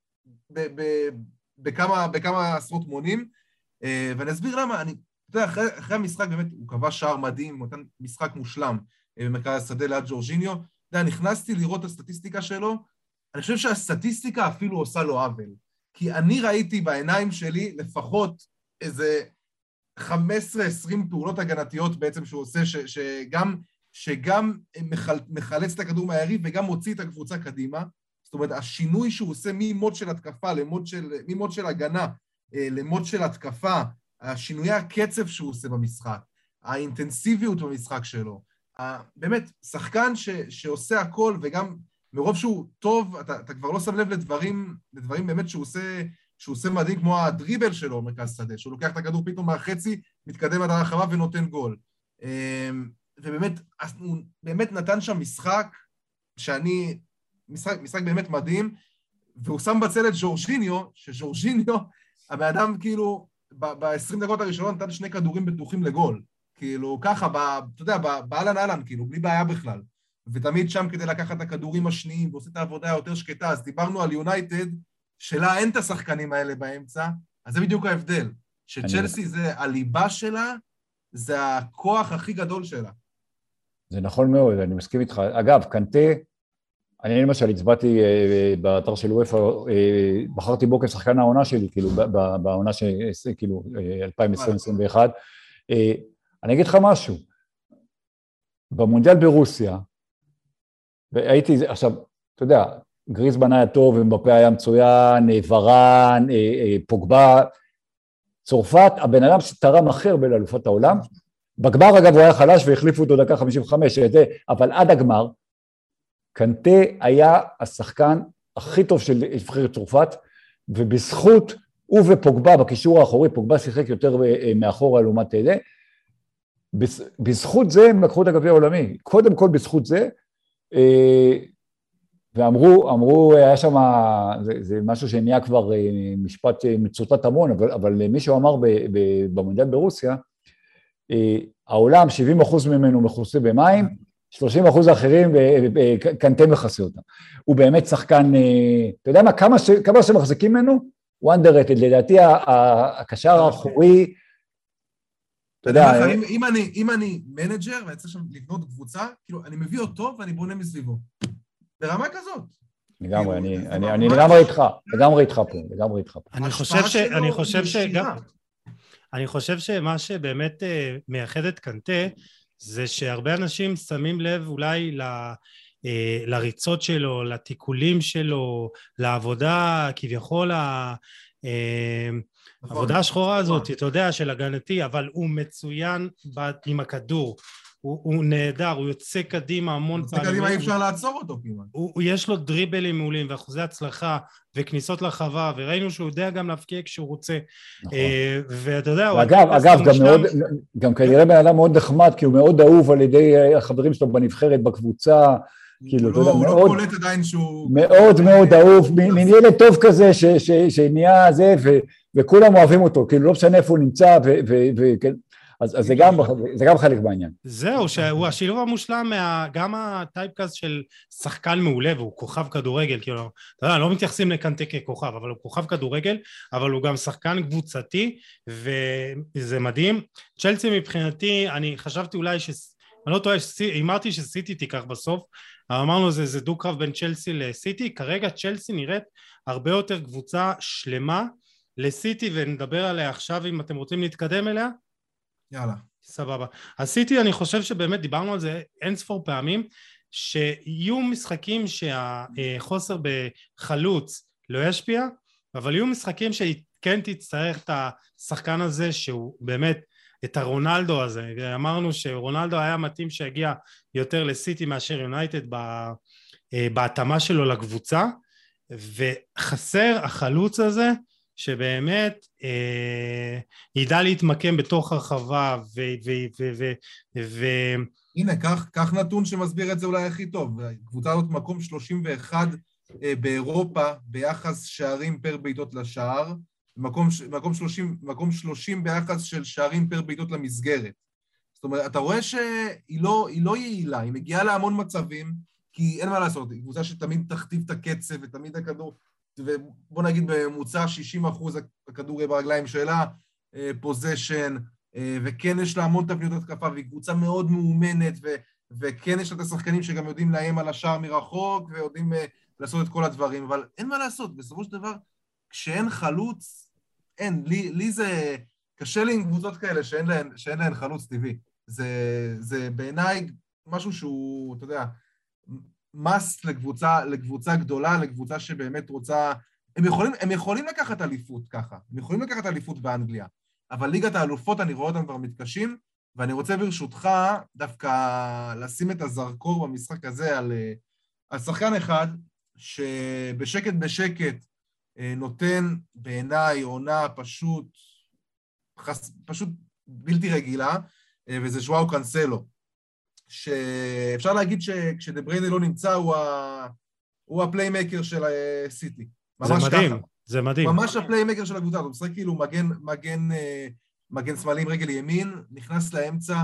בכמה עשרות מונים, ואני אסביר למה, אתה יודע, אחרי המשחק באמת הוא קבע שער מדהים, הוא נתן משחק מושלם במרכז השדה ליד ג'ורג'יניו, אתה יודע, נכנסתי לראות את הסטטיסטיקה שלו, אני חושב שהסטטיסטיקה אפילו עושה לו עוול, כי אני ראיתי בעיניים שלי לפחות איזה 15-20 פעולות הגנתיות בעצם שהוא עושה, שגם מחלץ את הכדור מהיריב וגם מוציא את הקבוצה קדימה, זאת אומרת, השינוי שהוא עושה ממוד של התקפה ממוד של הגנה למוד של התקפה, השינויי הקצב שהוא עושה במשחק, האינטנסיביות במשחק שלו, באמת, שחקן שעושה הכל, וגם מרוב שהוא טוב, אתה כבר לא שם לב לדברים באמת שהוא עושה מדהים, כמו הדריבל שלו במרכז שדה, שהוא לוקח את הכדור פתאום מהחצי, מתקדם עד הרחבה ונותן גול. ובאמת, הוא באמת נתן שם משחק משחק באמת מדהים, והוא שם בצל את ג'ורג'יניו, שג'ורג'יניו, הבאדם כאילו, ב-20 דקות הראשונות נתן 2 כדורים בטוחים לגול. כאילו, ככה, אתה יודע, באלן, כאילו, בלי בעיה בכלל. ותמיד שם כדי לקחת את הכדורים השניים, ועושה את העבודה היותר שקטה, אז דיברנו על יונייטד, שלה אין את השחקנים האלה באמצע, אז זה בדיוק ההבדל. שצ'לסי זה הליבה שלה, זה הכוח הכי גדול שלה. זה נכון מאוד, אני מסכים איתך. אגב, קנטה, אני למשל הצבעתי באתר של וופא, בחרתי בו כשחקן העונה שלי, כאילו, בעונה כאילו, 2020-2021. אני אגיד לך משהו, במונדיאל ברוסיה, והייתי, עכשיו, אתה יודע, גריזמן היה טוב, ומבפה היה מצוין, ורן, פוגבה, צרפת, הבן אדם שתרם אחר בין אלופות העולם, בגמר אגב הוא היה חלש והחליפו אותו דקה 55, אבל עד הגמר, קנטה היה השחקן הכי טוב של נבחרת צרפת, ובזכות הוא ופוגבה בקישור האחורי, פוגבה שיחק יותר מאחורה לעומת זה, בזכות זה הם לקחו את הגביע העולמי, קודם כל בזכות זה, ואמרו, היה שם, זה משהו שנהיה כבר משפט מצוטט המון, אבל מישהו אמר במונדיאל ברוסיה, העולם 70% ממנו מכוסה במים, 30% אחרים קנטה מכסה אותם. הוא באמת שחקן, אתה יודע מה, כמה שמחזיקים ממנו? הוא underrated, לדעתי הקשר האחורי, אתה יודע, אם אני מנג'ר ואני צריך שם לבנות קבוצה, כאילו אני מביא אותו ואני בונה מסביבו. ברמה כזאת. לגמרי, אני לגמרי איתך פה. אני חושב שמה שבאמת מייחד את קנטה, זה שהרבה אנשים שמים לב אולי לריצות שלו, לתיקולים שלו, לעבודה, כביכול העבודה השחורה הזאת, אתה יודע, של הגנתי, אבל הוא מצוין עם הכדור. הוא נהדר, הוא יוצא קדימה המון פעמים. יוצא קדימה אי אפשר לעצור אותו כמעט. יש לו דריבלים מעולים ואחוזי הצלחה וכניסות לחווה, וראינו שהוא יודע גם להבקיע כשהוא רוצה. ואתה יודע... אגב, גם כנראה בן אדם מאוד נחמד, כי הוא מאוד אהוב על ידי החברים שלו בנבחרת, בקבוצה, כאילו, אתה יודע, הוא לא קולט עדיין שהוא... מאוד מאוד אהוב, מין ילד טוב כזה, שנהיה זה, וכולם אוהבים אותו, כאילו לא משנה איפה הוא נמצא, אז זה גם חלק בעניין. זהו, שהוא השילוב המושלם, גם הטייפקאסט של שחקן מעולה, והוא כוכב כדורגל, כאילו, אתה יודע, לא מתייחסים לקנטה ככוכב, אבל הוא כוכב כדורגל, אבל הוא גם שחקן קבוצתי, וזה מדהים. צ'לסי מבחינתי, אני חשבתי אולי אני לא טועה, אמרתי שסיטי תיקח בסוף, אמרנו זה דו-קרב בין צ'לסי לסיטי, כרגע צ'לסי נראית הרבה יותר קבוצה שלמה לסיטי, ונדבר עליה עכשיו אם אתם רוצים להתקדם אליה. יאללה. סבבה. הסיטי, אני חושב שבאמת דיברנו על זה אין ספור פעמים, שיהיו משחקים שהחוסר בחלוץ לא ישפיע, אבל יהיו משחקים שכן תצטרך את השחקן הזה, שהוא באמת את הרונלדו הזה. אמרנו שרונלדו היה מתאים שהגיע יותר לסיטי מאשר יונייטד בהתאמה שלו לקבוצה, וחסר החלוץ הזה, שבאמת ידע להתמקם בתוך הרחבה הנה, כך נתון שמסביר את זה אולי הכי טוב. קבוצה הזאת מקום 31 באירופה ביחס שערים פר בעיטות לשער, מקום 30 ביחס של שערים פר בעיטות למסגרת. זאת אומרת, אתה רואה שהיא לא יעילה, היא מגיעה להמון מצבים, כי אין מה לעשות, היא קבוצה שתמיד תכתיב את הקצב, ותמיד הכדור, ובוא נגיד בממוצע 60% הכדור יהיה ברגליים שלה, פוזיישן, וכן יש לה המון תבניות התקפה, והיא קבוצה מאוד מאומנת, וכן יש לה את השחקנים שגם יודעים לאיים על השער מרחוק, ויודעים לעשות את כל הדברים, אבל אין מה לעשות, בסופו של דבר, כשאין חלוץ, אין, לי זה קשה לי עם קבוצות כאלה שאין להן חלוץ טבעי. זה בעיניי משהו שהוא, אתה יודע, מס לקבוצה גדולה, לקבוצה שבאמת רוצה, הם יכולים לקחת אליפות ככה, הם יכולים לקחת אליפות באנגליה, אבל ליגת האלופות אני רואה אותם כבר מתקשים, ואני רוצה ברשותך דווקא לשים את הזרקור במשחק הזה על שחקן אחד, שבשקט נותן בעיניי עונה פשוט בלתי רגילה, וזה ז'ואאו קנסלו, שאפשר להגיד שכשדה בריינה לא נמצא, הוא הפליימקר של סיטי. זה מדהים, זה מדהים. ממש הפליימקר של הקבוצה, הוא משחק כאילו מגן שמאלי עם רגל ימין, נכנס לאמצע.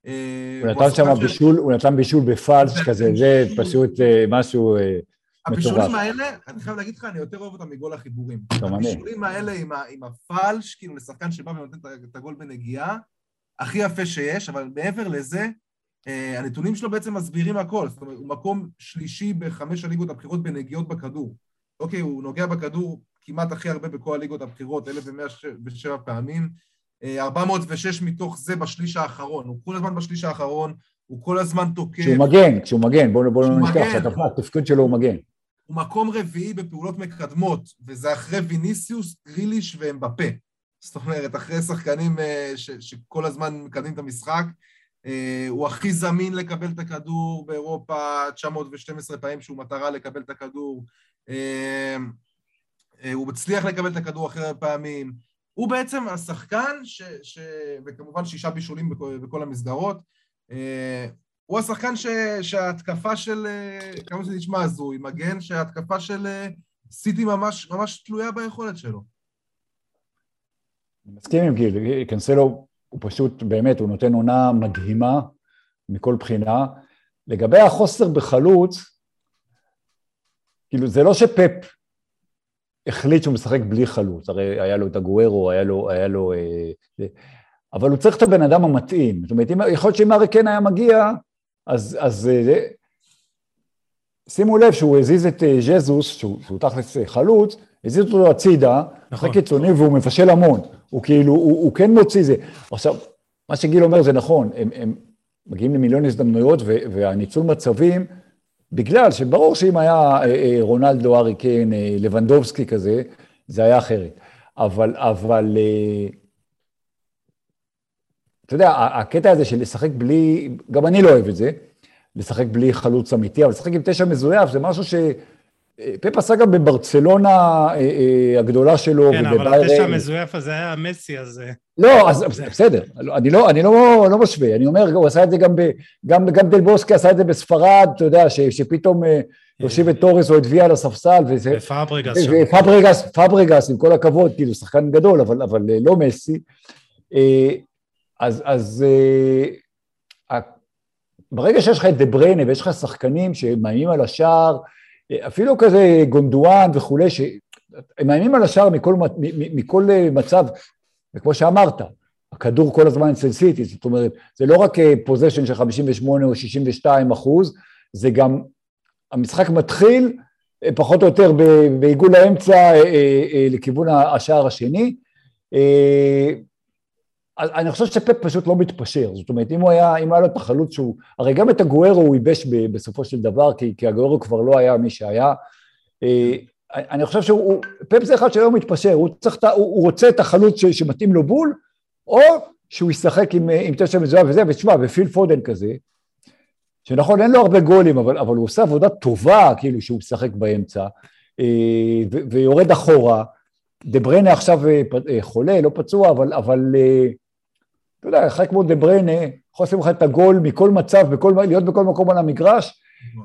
הוא נתן בישול בפלש כזה, זה פשוט משהו הבישולים האלה, אני חייב להגיד לך, אני יותר אוהב אותם מגול החיבורים. הבישולים האלה עם הפלש, כאילו לשחקן שבא ונותן את הגול בנגיעה, הכי יפה שיש, אבל מעבר לזה, הנתונים שלו בעצם מסבירים הכל. זאת אומרת, הוא מקום שלישי ב5 הליגות הבחירות בנגיעות בכדור. אוקיי, הוא נוגע בכדור כמעט הכי הרבה בכל הליגות הבחירות, 1,107 פעמים, 406 מתוך זה בשליש האחרון. הוא כל הזמן בשליש האחרון, הוא כל הזמן תוקף. כשהוא מגן, בואו לא נשכח שהתפקוד שלו הוא מגן. הוא מקום רביעי בפעולות מקדמות, וזה אחרי ויניסיוס, גריליש ואמבפה. זאת אומרת, אחרי שחקנים שכל הזמן מקדמים את המשחק, הוא הכי זמין לקבל את הכדור באירופה, 912 פעמים שהוא מטרה לקבל את הכדור, הוא מצליח לקבל את הכדור אחרי פעמים, הוא בעצם השחקן, וכמובן 6 בישולים בכל המסגרות, הוא השחקן שההתקפה של, כמה שזה נשמע הזוי, מגן, שההתקפה של סיטי ממש תלויה ביכולת שלו. אני מסכים עם גיל, קנסלו הוא פשוט באמת, הוא נותן עונה מדהימה מכל בחינה. לגבי החוסר בחלוץ, כאילו זה לא שפפ החליט שהוא משחק בלי חלוץ, הרי היה לו את הגוארו, היה לו אבל הוא צריך את הבן אדם המתאים. זאת אומרת, יכול להיות שאם ארי קן היה מגיע, אז שימו לב שהוא הזיז את ז'זוס, שהוא תכלס חלוץ, הזיז אותו הצידה, אחרי קיצוני, והוא מבשל המון. הוא כאילו, הוא כן מוציא זה. עכשיו, מה שגיל אומר זה נכון, הם מגיעים למיליון הזדמנויות, והניצול מצבים, בגלל שברור שאם היה רונלדו, ארי קן, לבנדובסקי כזה, זה היה אחרת. אבל אתה יודע, הקטע הזה של לשחק בלי, גם אני לא אוהב את זה, לשחק בלי חלוץ אמיתי, אבל לשחק עם 9 מזויף, זה משהו שפפ עשה גם בברצלונה הגדולה שלו. כן, אבל 9 מזויף הזה היה מסי, אז... לא, אז בסדר, אני לא משווה, אני אומר, הוא עשה את זה גם דל בוסקי עשה את זה בספרד, אתה יודע, שפתאום יושיב את טורס או את ויה על הספסל, ופאברגס, עם כל הכבוד, כאילו, שחקן גדול, אבל לא מסי, אז ברגע שיש לך את דה בריינה ויש לך שחקנים שמאיימים על השער, אפילו כזה גונדואן וכולי, שהם מאיימים על השער מכל מצב, וכמו שאמרת, הכדור כל הזמן אצל סיטי, זאת אומרת, זה לא רק פוזיישן של 58 או 62%, זה גם, המשחק מתחיל פחות או יותר בעיגול האמצע לכיוון השער השני, אני חושב שפפ פשוט לא מתפשר, זאת אומרת, אם היה לו את החלוץ שהוא, הרי גם את הגוארו הוא ייבש בסופו של דבר, כי הגוארו כבר לא היה מי שהיה, אני חושב פפ זה אחד שלא מתפשר, הוא רוצה את החלוץ שמתאים לו בול, או שהוא ישחק עם 9 מזויף וזה, ותשמע, ופיל פודן כזה, שנכון, אין לו הרבה גולים, אבל הוא עושה עבודה טובה, כאילו שהוא משחק באמצע, ויורד אחורה, דה בריינה עכשיו חולה, לא פצוע, אבל אתה יודע, חי כמו דה בריינה, יכול לשים לך את הגול מכל מצב, להיות בכל מקום על המגרש.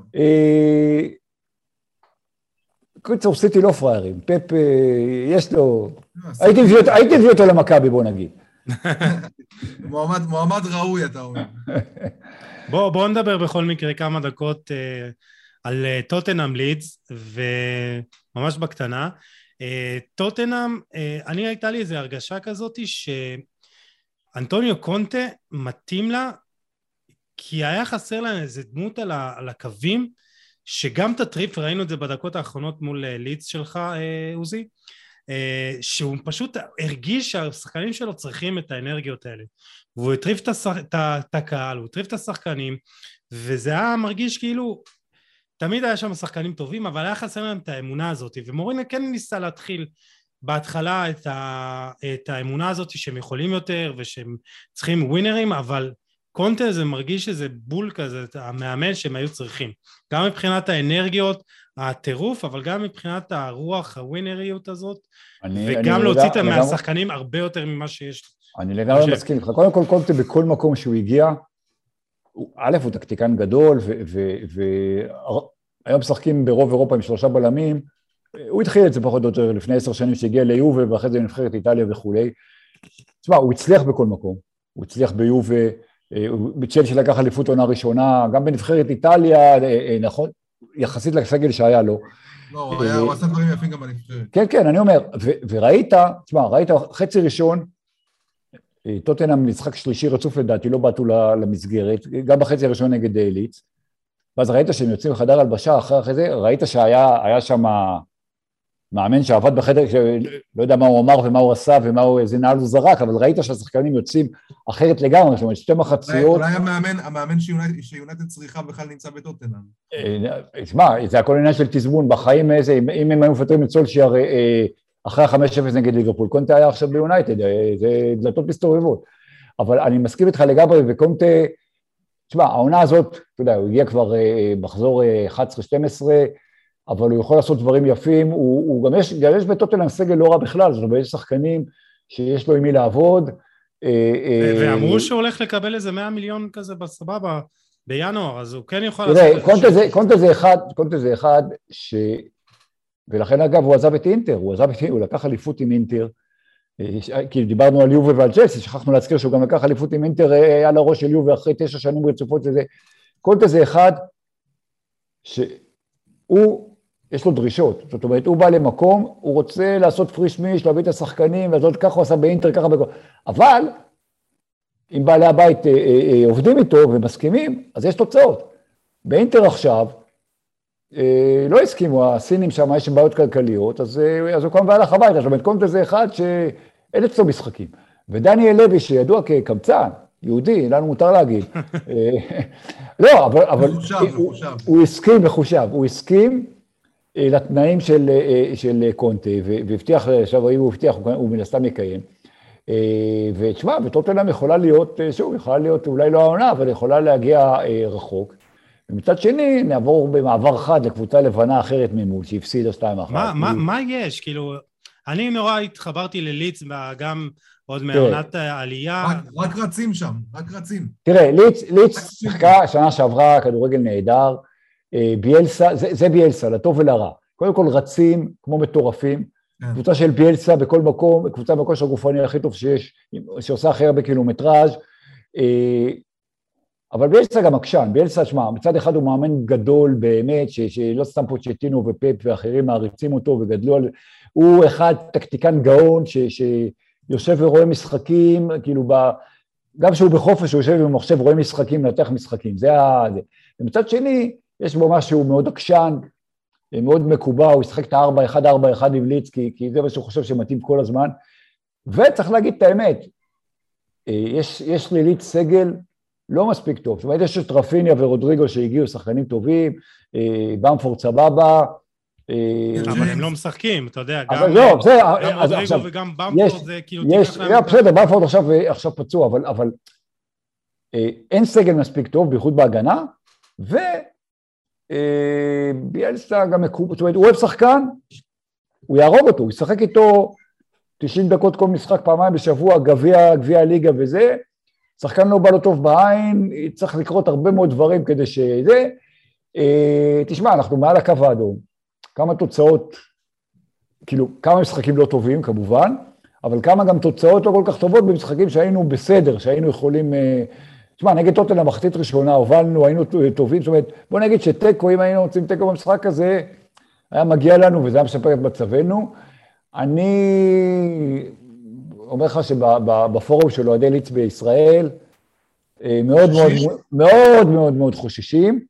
קיצור, סיטי לא פריירים, פפ יש לו, הייתי מביא אותו למכבי, בוא נגיד. מועמד ראוי, אתה אומר. בואו נדבר בכל מקרה כמה דקות על טוטנהאם לידס, וממש בקטנה. טוטנהאם, הייתה לי איזו הרגשה כזאת שאנטוניו קונטה מתאים לה, כי היה חסר לה איזו דמות על הקווים, שגם את הטריפ, ראינו את זה בדקות האחרונות מול לידס שלך, עוזי, שהוא פשוט הרגיש שהשחקנים שלו צריכים את האנרגיות האלה, והוא הטריף את הקהל, הוא הטריף את השחקנים, וזה היה מרגיש כאילו, תמיד היה שם שחקנים טובים, אבל היה חסר להם את האמונה הזאת, ומורינה כן ניסה להתחיל בהתחלה את האמונה הזאת שהם יכולים יותר, ושהם צריכים ווינרים, אבל קונטה זה מרגיש שזה בול כזה, המאמן שהם היו צריכים, גם מבחינת האנרגיות, הטירוף, אבל גם מבחינת הרוח, הווינריות הזאת, וגם להוציא אותם מהשחקנים הרבה יותר ממה שיש. אני לגמרי מסכים לך. קודם כל, קונטה בכל מקום שהוא הגיע, א', הוא טקטיקן גדול, והיום משחקים ברוב אירופה עם 3 בלמים, הוא התחיל את זה פחות או יותר לפני 10 שנים שהגיע ליובה, ואחרי זה נבחרת איטליה וכולי. תשמע, הוא הצליח בכל מקום, הוא הצליח ביובה, בצ'לסי לקח אליפות עונה ראשונה, גם בנבחרת איטליה, נכון, יחסית לסגל שהיה לו. לא, הוא עשה דברים יפים גם בנבחרת. כן, כן, אני אומר, וראית, תשמע, ראית חצי ראשון, טוטנהאם משחק שלישי רצוף לדעתי, לא באתו למסגרת, גם בחצי הראשון נגד לידס, ואז ראית שהם יוצאים לחדר הלבשה, אחרי זה ראית שהיה שם מאמן שעבד בחדר, לא יודע מה הוא אמר ומה הוא עשה איזה נעל הוא זרק, אבל ראית שהשחקנים יוצאים אחרת לגמרי, זאת אומרת, 2 מחציות. אולי המאמן שיונייטד צריכה בכלל נמצא בטוטנהאם. תשמע, זה הכל עניין של תזמון, בחיים איזה, אם הם היו מפטרים את סולשייר אחרי 5-0 נגד ליברפול, קונטה היה עכשיו ביונייטד, זה דלתות מסתובבות. אבל אני מסכים איתך לגמרי, וקונטה, תשמע, העונה הזאת, אתה יודע, הוא הגיע כבר מחזור 11-12, אבל הוא יכול לעשות דברים יפים, הוא גם יש בטוטנהאם סגל לא רע בכלל, זאת אומרת, יש שחקנים שיש לו עם מי לעבוד. ואמרו שהוא הולך לקבל איזה 100 מיליון כזה בסבבה בינואר, אז הוא כן יכול לעשות... תראה, קונטה זה אחד ולכן אגב הוא עזב את אינטר, הוא לקח אליפות עם אינטר, כי דיברנו על יובה ועל צ'לסי, שכחנו להזכיר שהוא גם לקח אליפות עם אינטר על הראש של יובה אחרי 9 שנים רצופות לזה. קונטה זה אחד יש לו דרישות, זאת אומרת, הוא בא למקום, הוא רוצה לעשות פריש מיש, להביא את השחקנים, וזאת ככה הוא עשה באינטר, ככה בכל... אבל, אם בעלי הבית עובדים איתו ומסכימים, אז יש תוצאות. באינטר עכשיו, לא הסכימו, הסינים שם, יש בעיות כלכליות, אז הוא קם והלך הביתה, זאת אומרת, קונטה זה אחד שאין אצלו משחקים. ודניאל לוי, שידוע כקמצן, יהודי, לנו מותר להגיד. לא, אבל הוא הסכים לתנאים של קונטה, והבטיח, עכשיו הוא הבטיח, הוא מן הסתם יקיים. ותשמע, וטוטנהאם יכולה להיות, שוב, יכולה להיות אולי לא העונה, אבל יכולה להגיע רחוק. ומצד שני, נעבור במעבר חד לקבוצה לבנה אחרת ממול, שהפסידה 2-1. מה יש? כאילו, אני נורא התחברתי לליץ, גם עוד מעונת העלייה. רק רצים שם, רק רצים. תראה, ליץ שיחקה שנה שעברה, כדורגל נהדר, ביאלסה, זה ביאלסה, לטוב ולרע. קודם כל רצים כמו מטורפים, קבוצה של ביאלסה בכל מקום, קבוצה בכושר הגופני הכי טוב שיש, שעושה הכי הרבה קילומטראז', אבל ביאלסה גם עקשן, ביאלסה, שמה, מצד אחד הוא מאמן גדול באמת, שלא סתם פוצ'טינו ופפ ואחרים מעריצים אותו וגדלו על... הוא אחד טקטיקן גאון שיושב ורואה משחקים, כאילו גם שהוא בחופש, הוא יושב במחשב, רואה משחקים, נתח משחקים, זה ומצד שני, יש בו משהו מאוד עקשן, מאוד מקובע, הוא ישחק את ה-4-1-4-1 עם ליץ, כי זה מה שהוא חושב שמתאים כל הזמן, וצריך להגיד את האמת, יש לליץ סגל לא מספיק טוב, זאת אומרת, יש את רפיניה ורודריגו שהגיעו שחקנים טובים, במפורד סבבה, אבל הם לא משחקים, אתה יודע, גם רודריגו וגם במפורד זה כאילו תיקח להם... בסדר, במפורד עכשיו פצוע, אבל אין סגל מספיק טוב, בייחוד בהגנה, וביאלסה גם מקובל, זאת אומרת, הוא אוהב שחקן, הוא יהרוג אותו, הוא ישחק איתו 90 דקות כל משחק, פעמיים בשבוע, גביע הליגה וזה, שחקן לא בא לו טוב בעין, צריך לקרות הרבה מאוד דברים כדי שזה, תשמע, אנחנו מעל הקו האדום, כמה תוצאות, כאילו, כמה משחקים לא טובים כמובן, אבל כמה גם תוצאות לא כל כך טובות במשחקים שהיינו בסדר, שהיינו יכולים... תשמע, נגד טוטנהאם במחצית ראשונה, הובלנו, היינו טובים, זאת אומרת, בוא נגיד שטקו, אם היינו רוצים טקו במשחק הזה, היה מגיע לנו וזה היה משפר את מצבנו. אני אומר לך שבפורום של אוהדי ליץ בישראל, מאוד מאוד מאוד מאוד מאוד חוששים.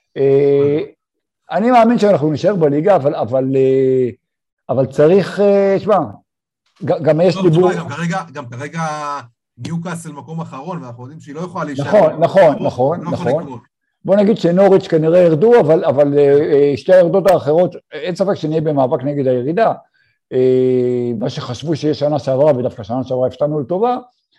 אני מאמין שאנחנו נשאר בליגה, אבל צריך, תשמע, גם יש דיבור... גם כרגע ניוקאסל מקום אחרון, ואנחנו יודעים שהיא לא יכולה להישאר. נכון. בוא נגיד שנוריץ' כנראה ירדו, אבל שתי הירדות האחרות, אין ספק שנהיה במאבק נגד הירידה. מה שחשבו שיש שנה שעברה, ודווקא שנה שעברה הפתענו לטובה,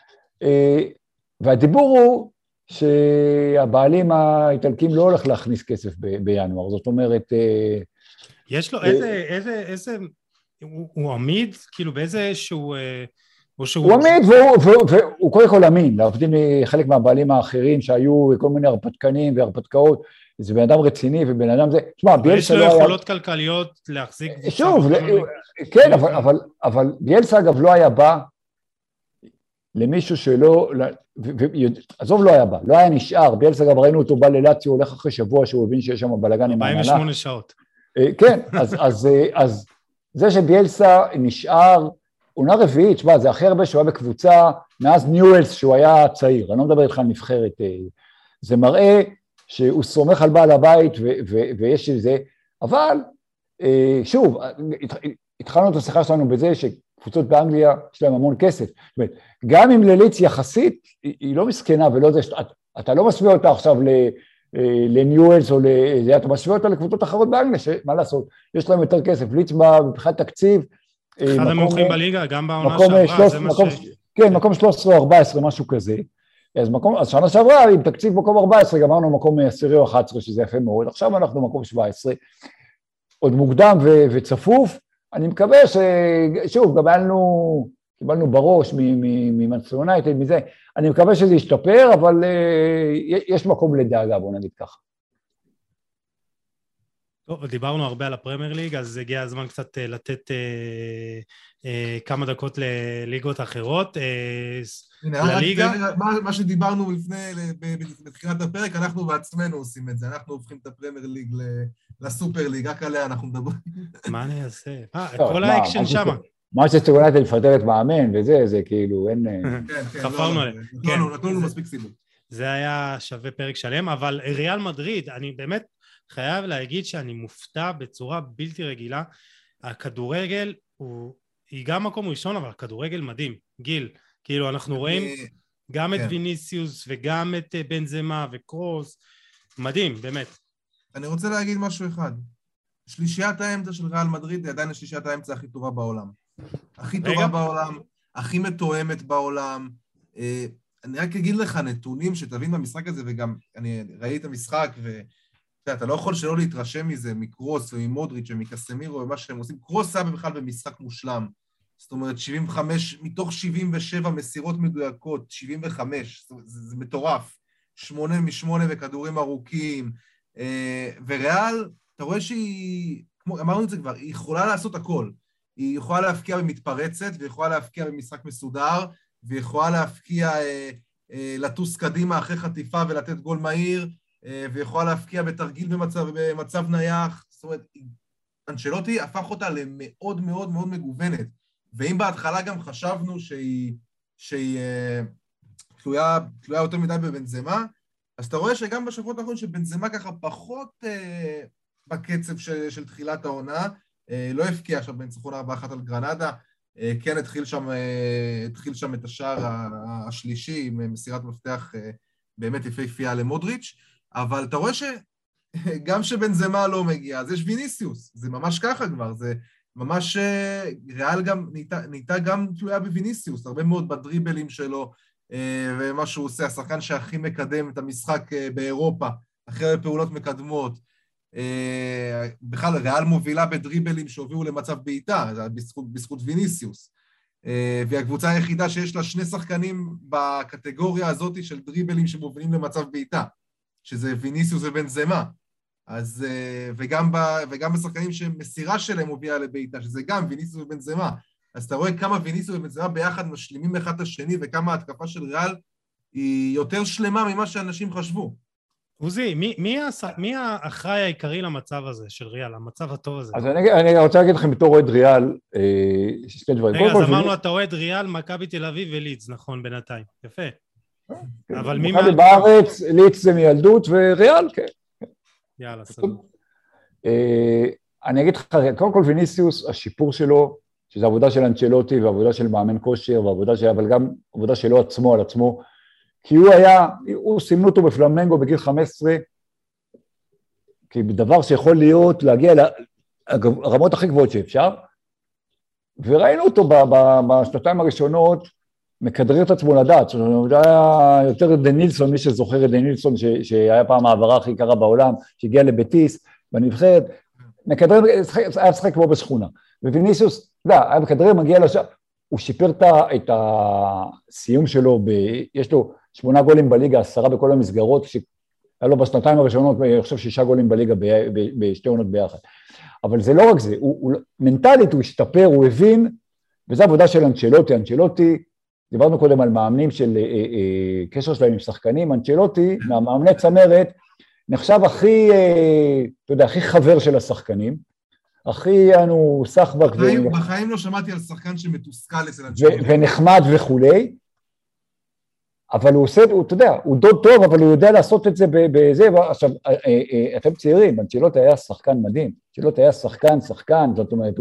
והדיבור הוא שהבעלים האיטלקים לא הולך להכניס כסף בינואר, זאת אומרת... יש לו איזה... הוא עמיד, כאילו באיזה שהוא... הוא עמיד והוא קודם כל אמין, להבדיל מחלק מהבעלים האחרים שהיו כל מיני הרפתקנים והרפתקאות, זה בן אדם רציני ובן אדם זה... יש לו יכולות כלכליות להחזיק... שוב, כן, אבל ביאלסה אגב לא היה בא למישהו שלא... עזוב לא היה בא, לא היה נשאר, ביאלסה אגב ראינו אותו בא ללאציו, הולך אחרי שבוע שהוא הבין שיש שם בלגן עם ההנהלה. 48 שעות. כן, אז זה שביאלסה נשאר, עונה רביעית, שמה, זה הכי הרבה שהוא היה בקבוצה, מאז ניואלס שהוא היה צעיר, אני לא מדבר איתך על נבחרת, זה מראה שהוא סומך על בעל הבית ויש איזה, אבל שוב, התחלנו את השיחה שלנו בזה שקבוצות באנגליה יש להם המון כסף, זאת אומרת, גם אם לליץ יחסית, היא לא מסכנה ולא זה, אתה לא משווה אותה עכשיו לניואלס או לזה, אתה משווה אותה לקבוצות אחרות באנגליה, מה לעשות, יש להם יותר כסף, ליץ מבחינת תקציב, אחד המומחים בליגה, גם בעונה שעברה, זה מה ש... כן, מקום 13 או 14, משהו כזה. אז שנה שעברה, עם תקציב מקום 14, גמרנו מקום 10 או 11, שזה יפה מאוד. עכשיו אנחנו מקום 17, עוד מוקדם וצפוף. אני מקווה שוב, קיבלנו בראש ממנצ'סטר יונייטד, מזה. אני מקווה שזה ישתפר, אבל יש מקום לדאגה, בוא נגיד ככה. טוב, דיברנו הרבה על הפרמייר ליג, אז הגיע הזמן קצת לתת כמה דקות לליגות אחרות. לליגה... מה שדיברנו בתחילת הפרק, אנחנו בעצמנו עושים את זה, אנחנו הופכים את הפרמייר ליג לסופר ליג, רק עליה אנחנו מדברים. מה אני אעשה? כל האקשן שמה. מה שסטוגנטל מפטרת מאמן וזה, זה כאילו אין... חפרנו עליהם. נתנו לנו מספיק סיבוב. זה היה שווה פרק שלם, אבל ריאל מדריד, אני באמת חייב להגיד שאני מופתע בצורה בלתי רגילה. הכדורגל היא גם מקום ראשון, אבל הכדורגל מדהים. גיל, כאילו אנחנו רואים גם את ויניסיוס וגם את בנזמה וקרוס, מדהים, באמת. אני רוצה להגיד משהו אחד. שלישיית האמצע של ריאל מדריד היא עדיין השלישיית האמצע הכי טובה בעולם. הכי טובה בעולם, הכי מתואמת בעולם. אני רק אגיד לך נתונים שתבין במשחק הזה, וגם אני ראיתי את המשחק, ואתה לא יכול שלא להתרשם מזה, מקרוס וממודריץ' ומקסמירו ומה שהם עושים. קרוס היה בכלל במשחק מושלם. זאת אומרת, 75, מתוך 77 מסירות מדויקות, 75, זה מטורף. 8 מ-8 וכדורים ארוכים. וריאל, אתה רואה שהיא, כמו אמרנו את זה כבר, היא יכולה לעשות הכל. היא יכולה להפקיע במתפרצת, והיא יכולה להפקיע במשחק מסודר, והיא יכולה להפקיע, לטוס קדימה אחרי חטיפה ולתת גול מהיר, והיא יכולה להפקיע בתרגיל במצב נייח. זאת אומרת, אנצ'לוטי הפך אותה למאוד מאוד מאוד מגוונת. ואם בהתחלה גם חשבנו שהיא תלויה יותר מדי בבנזמה, אז אתה רואה שגם בשבועות האחרונים שבנזמה ככה פחות בקצב של תחילת העונה, לא הפקיע עכשיו בניצחון 4-1 על גרנדה, כן התחיל שם את השער השלישי עם מסירת מפתח באמת יפהפייה למודריץ', אבל אתה רואה שגם שבנזמה לא מגיע, אז יש ויניסיוס, זה ממש ככה כבר, זה ממש ריאל גם נהייתה גם תלויה בוויניסיוס, הרבה מאוד בדריבלים שלו, ומה שהוא עושה, השחקן שהכי מקדם את המשחק באירופה, אחרי פעולות מקדמות, בכלל ריאל מובילה בדריבלים שהובילו למצב בעיטה, זה בזכות ויניסיוס, והקבוצה היחידה שיש לה שני שחקנים בקטגוריה הזאת של דריבלים שמובילים למצב בעיטה, שזה ויניסיוס ובנזמה, אז, וגם בשחקנים שמסירה שלהם הובילה לבעיטה, שזה גם ויניסיוס ובנזמה, אז אתה רואה כמה ויניסיוס ובנזמה ביחד משלימים אחד את השני, וכמה ההתקפה של ריאל היא יותר שלמה ממה שאנשים חשבו. עוזי, מי האחראי העיקרי למצב הזה של ריאל, המצב הטוב הזה? אז אני רוצה להגיד לכם בתור אוהד ריאל, שני דברים. רגע, אז אמרנו, אתה אוהד ריאל, מכבי תל אביב ולידס, נכון, בינתיים. יפה. אבל מי... מכבי בארץ, לידס זה מילדות, וריאל, כן. יאללה, סבבה. אני אגיד לך, קודם כל ויניסיוס, השיפור שלו, שזו עבודה של אנצ'לוטי, ועבודה של מאמן כושר, אבל גם עבודה שלו עצמו על עצמו, כי הוא סימנו אותו בפלמנגו בגיל 15, כדבר שיכול להיות, להגיע לרמות הכי גבוהות שאפשר, וראינו אותו בשנתיים הראשונות, מכדרר את עצמו לדעת, זאת אומרת, היה יותר דנילסון, מי שזוכר את דנילסון, שהיה פעם העברה הכי קרה בעולם, שהגיע לבטיס, בנבחרת, מכדרר, היה משחק כמו בשכונה, וויניסיוס, היה מכדרר, מגיע לשם, הוא שיפר את הסיום שלו, יש לו 8 גולים בליגה, 10 בכל המסגרות, שהיה לו בשנתיים הראשונות, אני חושב 6 גולים בליגה בשתי עונות ביחד. אבל זה לא רק זה, מנטלית הוא השתפר, הוא הבין, וזו עבודה של אנצ'לוטי. אנצ'לוטי, דיברנו קודם על מאמנים של קשר שלהם עם שחקנים, אנצ'לוטי, מהמאמני צמרת, נחשב הכי, אתה יודע, הכי חבר של השחקנים, הכי סחבק. בחיים לא שמעתי על שחקן שמתוסכל אצל אנצ'לוטי. ונחמד וכולי, אבל הוא עושה, אתה יודע, הוא דוד טוב, אבל הוא יודע לעשות את זה בזה. עכשיו, אתם צעירים, אנצ'לוטי היה שחקן מדהים, אנצ'לוטי היה שחקן, זאת אומרת,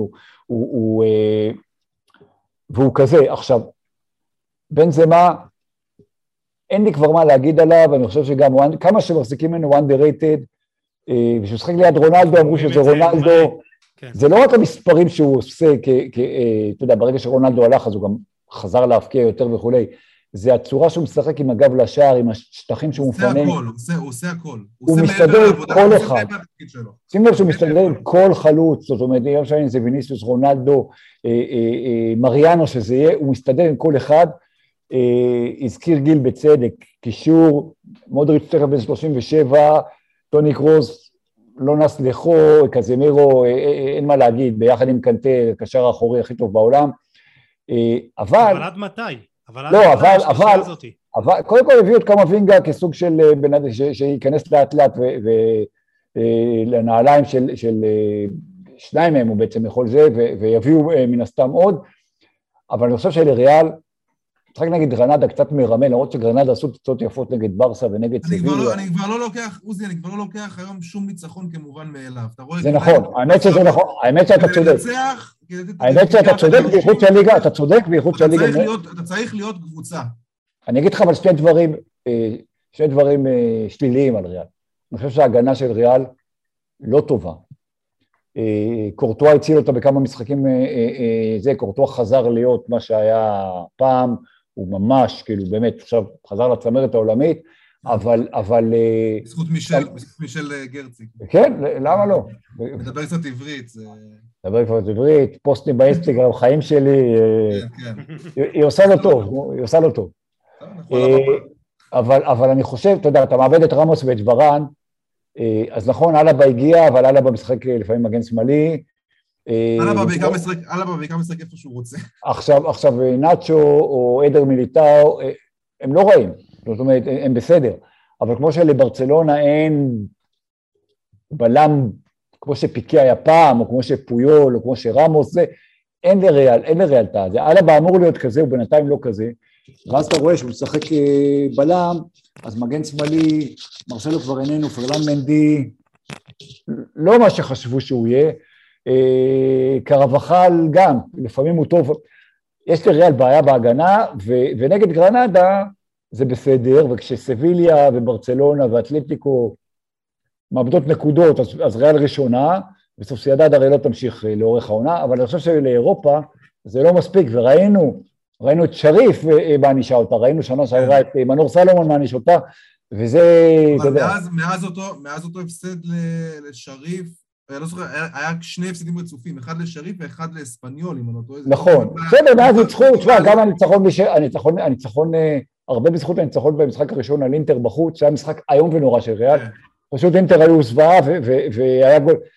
והוא כזה. עכשיו, בנזמה, אין לי כבר מה להגיד עליו, אני חושב שגם כמה שמחזיקים ממנו underrated, ושהוא שחק ליד רונלדו, אמרו שזה רונלדו, זה לא רק המספרים שהוא עושה, אתה יודע, ברגע שרונלדו הלך, אז הוא גם חזר להפקיע יותר וכולי, זה הצורה שהוא משחק עם הגב לשער, עם השטחים שהוא מפנה. הוא עושה הכל. הוא מסתדר עם כל אחד. שים לב שהוא מסתדר עם כל חלוץ, זאת אומרת, יום שני זה ויניסיוס, רונלדו, מריאנו שזה יהיה, הוא מסתדר עם כל אחד, הזכיר גיל בצדק, קישור, מודריץ' תכף בן 37, טוני קרוס, לא נס לחו, קזמירו, אין מה להגיד, ביחד עם קנטה, קשר האחורי הכי טוב בעולם, אבל עד מתי? לא, אבל קודם כל הביאו את כמה וינגה כסוג של בן אדם שייכנס לאט לאט ולנעליים של שניים מהם הוא בעצם יכול זה, ויביאו מן הסתם עוד, אבל אני חושב שלריאל, צריך נגיד גרנדה קצת מרמה, למרות שגרנדה עשו תוצאות יפות נגד ברסה ונגד סביליה. אני כבר לא לוקח, עוזי, אני כבר לא לוקח היום שום ניצחון כמובן מאליו. זה נכון, האמת שזה נכון, האמת שאתה צודק. האמת שאתה צודק בייחוד של הליגה, אתה צודק בייחוד של הליגה. אתה צריך להיות קבוצה. אני אגיד לך אבל שני דברים שליליים על ריאל. אני חושב שההגנה של ריאל לא טובה. קורטואה הציל אותה בכמה משחקים, קורטואה חזר להיות מה שהיה פעם, הוא ממש, כאילו באמת, עכשיו חזר לצמרת העולמית, אבל... בזכות מישל גרציק. כן, למה לא? מדבר קצת עברית. מדבר קצת עברית, פוסטים באינסטגרם, חיים שלי, היא עושה לו טוב, אבל אני חושב, אתה יודע, אתה מאבד את רמוס ואת ורן, אז נכון, אלבה הגיע, אבל אלבה משחק לפעמים מגן שמאלי. אלבה בעיקר משחק איפה שהוא רוצה. עכשיו נאצ'ו או אדר מיליטאו, הם לא רעים, זאת אומרת, הם בסדר, אבל כמו שלברצלונה אין בלם, כמו שפיקי היה פעם, או כמו שפויול, או כמו שרמוס, אין לריאל תא, אלבה אמור להיות כזה, הוא בינתיים לא כזה, ואז אתה רואה שהוא משחק בלם, אז מגן שמאלי, מרסלו כבר איננו, פרלן מנדי, לא מה שחשבו שהוא יהיה, קרבחל גם, לפעמים הוא טוב, יש לריאל בעיה בהגנה, ונגד גרנדה זה בסדר, וכשסביליה וברצלונה ואתלטיקו מאבדות נקודות, אז ריאל ראשונה, וסוסיידד הרי לא תמשיך לאורך העונה, אבל אני חושב שלאירופה זה לא מספיק, ראינו את שריף מענישה אותה, ראינו שנה שעברה את מנור סלומון מעניש אותה, וזה... אבל מאז אותו הפסד לשריף, לא זוכר, היה שני הפסדים רצופים, אחד לשריף ואחד לאספניול, אם אני לא טועה. נכון, בסדר, מאז ניצחו, תשמע, גם הניצחון, הרבה בזכות הניצחון במשחק הראשון על אינטר בחוץ, שהיה משחק איום ונורא של ריאל, פשוט אינטר היו זוועה והיה גול.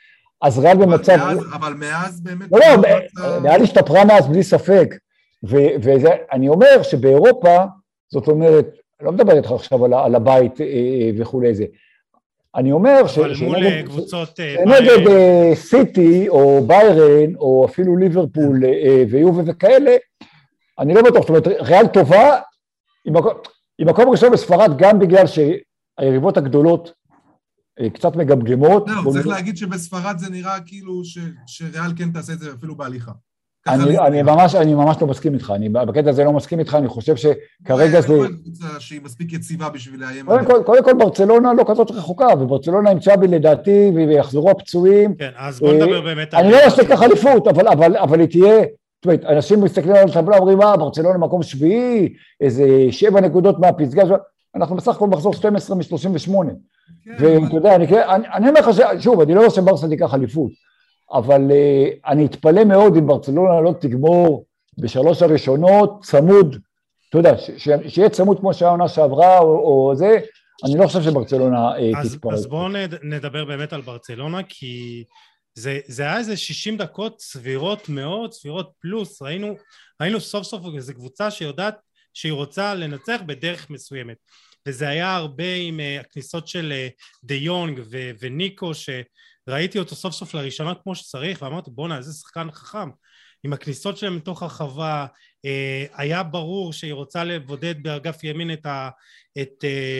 אז ריאל במצב... אבל מאז באמת... לא, ריאל השתפרה מאז בלי ספק, ואני אומר שבאירופה, זאת אומרת, לא מדבר איתך עכשיו על הבית וכולי זה, אני אומר אבל מול קבוצות... נגד סיטי או ביירן או אפילו ליברפול ויובה וכאלה, אני לא בטוח, זאת אומרת, ריאל טובה, עם מקום ראשון בספרד גם בגלל שהיריבות הגדולות קצת מגמגמות. לא, צריך להגיד שבספרד זה נראה כאילו שריאל כן תעשה את זה אפילו בהליכה. אני ממש לא מסכים איתך, אני בקטע הזה לא מסכים איתך, אני חושב שכרגע זה... שהיא מספיק יציבה בשביל לאיים. קודם כל ברצלונה לא כזאת רחוקה, וברצלונה עם צ'אבי לדעתי, ויחזרו הפצועים. כן, אז בוא נדבר באמת... אני לא אעשה ככה אליפות, אבל היא תהיה... זאת אומרת, אנשים מסתכלים על הטבלה, אומרים, ברצלונה מקום שביעי, איזה 7 נקודות מהפסגה, אנחנו בסך הכל מחזור 12 מ-38. ואתה יודע, אני אומר לך שוב, אני לא אומר שברסה תיקח אליפות, אבל אני אתפלא מאוד אם ברצלונה לא תגמור בשלוש הראשונות, צמוד, אתה יודע, שיהיה צמוד כמו שהעונה שעברה או זה, אני לא חושב שברצלונה תתפרק. אז בואו נדבר באמת על ברצלונה, כי זה היה איזה 60 דקות סבירות מאוד, סבירות פלוס, ראינו סוף סוף איזו קבוצה שיודעת שהיא רוצה לנצח בדרך מסוימת, וזה היה הרבה עם הכניסות של די יונג וניקו, שראיתי אותו סוף סוף לראשונה כמו שצריך, ואמרתי בונה איזה שחקן חכם, עם הכניסות שלהם מתוך הרחבה, היה ברור שהיא רוצה לבודד באגף ימין את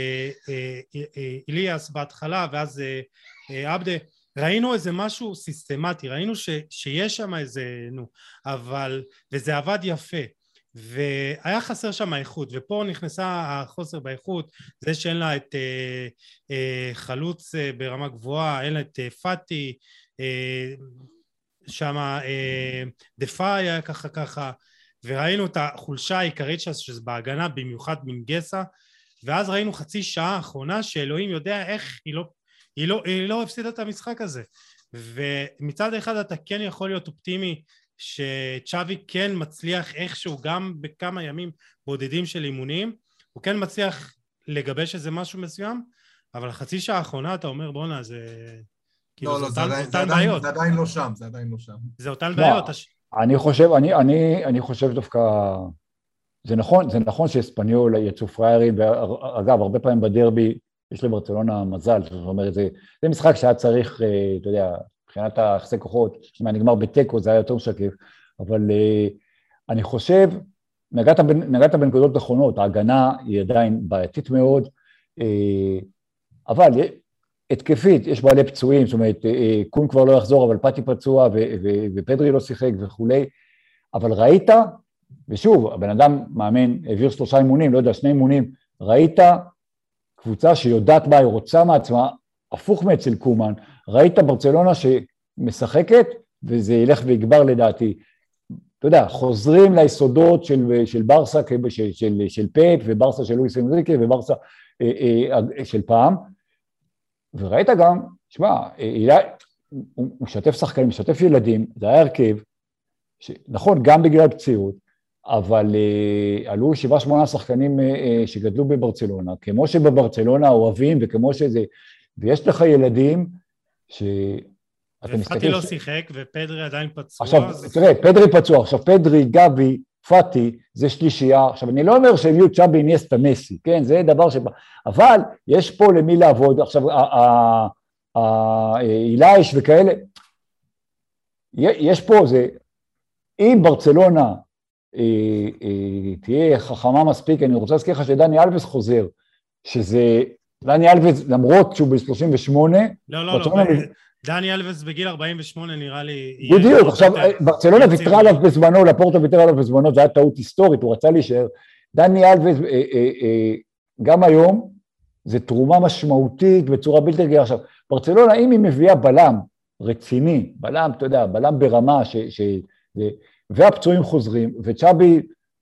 איליאס בהתחלה, ואז עבדה, ראינו איזה משהו סיסטמטי, ראינו שיש שם איזה, אבל, וזה עבד יפה, והיה חסר שם האיכות, ופה נכנסה החוסר באיכות, זה שאין לה את חלוץ ברמה גבוהה, אין לה את פאטי, שם דפאי היה ככה, וראינו את החולשה העיקרית שזה בהגנה, במיוחד מנגסה, ואז ראינו חצי שעה האחרונה שאלוהים יודע איך היא לא הפסידה את המשחק הזה, ומצד אחד אתה כן יכול להיות אופטימי שצ'אבי כן מצליח איכשהו גם בכמה ימים בודדים של אימונים, הוא כן מצליח לגבש איזה משהו מסוים, אבל החצי שעה האחרונה אתה אומר בונה זה כאילו לא, זה אותן בעיות. זה עדיין לא שם. זה אותן בעיות. אני חושב דווקא, זה נכון שאספניול יצאו פריירים, ואגב הרבה פעמים בדרבי יש לברצלונה מזל, זאת אומרת זה משחק שהיה צריך, אתה יודע, מבחינת היחסי כוחות, אם היה נגמר בטקו זה היה יותר משקף, אבל אני חושב, נגעת בנקודות נכונות, ההגנה היא עדיין בעייתית מאוד, אבל התקפית, יש בעלי פצועים, זאת אומרת, קון כבר לא יחזור, אבל פאטי פצוע ופדרי לא שיחק וכולי, אבל ראית, ושוב, הבן אדם מאמן, העביר 3 אימונים, לא יודע, 2 אימונים, ראית קבוצה שיודעת מה היא רוצה מעצמה, הפוך מאצל קומן, ראית ברצלונה שמשחקת, וזה ילך ויגבר לדעתי. אתה יודע, חוזרים ליסודות של ברסה, של פפ, וברסה של לואיס אנריקה, וברסה של פעם, וראית גם, שמע, הוא משתף שחקנים, משתף ילדים, זה היה הרכב, נכון, גם בגלל פציעות, אבל עלו 7-8 שחקנים שגדלו בברצלונה, כמו שבברצלונה אוהבים, וכמו שזה, ויש לך ילדים ופאטי לא שיחק, ופדרי עדיין פצוע. עכשיו, תראה, פדרי פצוע, עכשיו פדרי, גבי, פאטי, זה שלישייה, עכשיו אני לא אומר שהם יהיו צ'אבי איניאסטה מסי, כן, זה דבר אבל יש פה למי לעבוד, עכשיו, אילייש וכאלה, יש פה, אם ברצלונה תהיה חכמה מספיק, אני רוצה להזכיר לך שדני אלבס חוזר, שזה, דני אלבס, למרות שהוא ב-38, לא, דני אלבס בגיל 48 נראה לי... בדיוק, עכשיו, ברצלונה ויתרה עליו בזמנו, לפורטו ויתרה עליו בזמנו, זה היה טעות היסטורית, הוא רצה להישאר. דני אלבס, גם היום, זה תרומה משמעותית בצורה בלתי רגילה. עכשיו, ברצלונה, אם היא מביאה בלם רציני, בלם, אתה יודע, בלם ברמה, והפצועים חוזרים, וצ'אבי,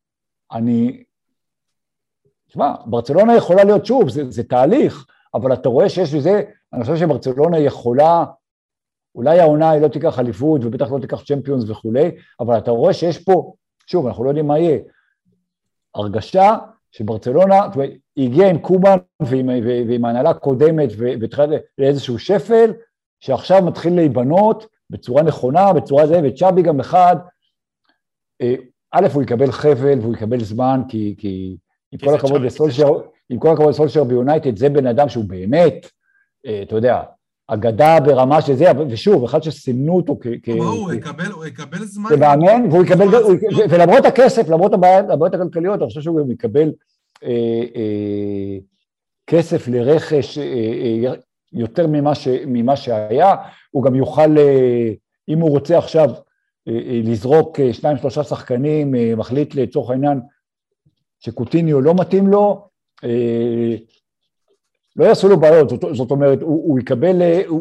תשמע, ברצלונה יכולה להיות שוב, זה תהליך, אבל אתה רואה שיש לזה, אני חושב שברצלונה יכולה, אולי העונה היא לא תיקח אליפות, ובטח לא תיקח צ'מפיונס וכולי, אבל אתה רואה שיש פה, שוב, אנחנו לא יודעים מה יהיה, הרגשה שברצלונה, היא הגיעה עם קומן, ועם ההנהלה קודמת, והתחילה לאיזשהו שפל, שעכשיו מתחיל להיבנות, בצורה נכונה, בצורה זה, וצ'אבי גם אחד, א', הוא יקבל חבל והוא יקבל זמן, כי עם כל הכבוד לסולשר ביונייטד, זה בן אדם שהוא באמת, אתה יודע, אגדה ברמה של זה, ושוב, אחד שסימנו אותו הוא יקבל זמן. זה מאמן, ולמרות הכסף, למרות הבעיות הכלכליות, אני חושב שהוא יקבל כסף לרכש יותר ממה שהיה, הוא גם יוכל, אם הוא רוצה עכשיו לזרוק 2-3 שחקנים, מחליט לצורך העניין שקוטיניו לא מתאים לו, לא יעשו לו בעיות, זאת אומרת, הוא יקבל,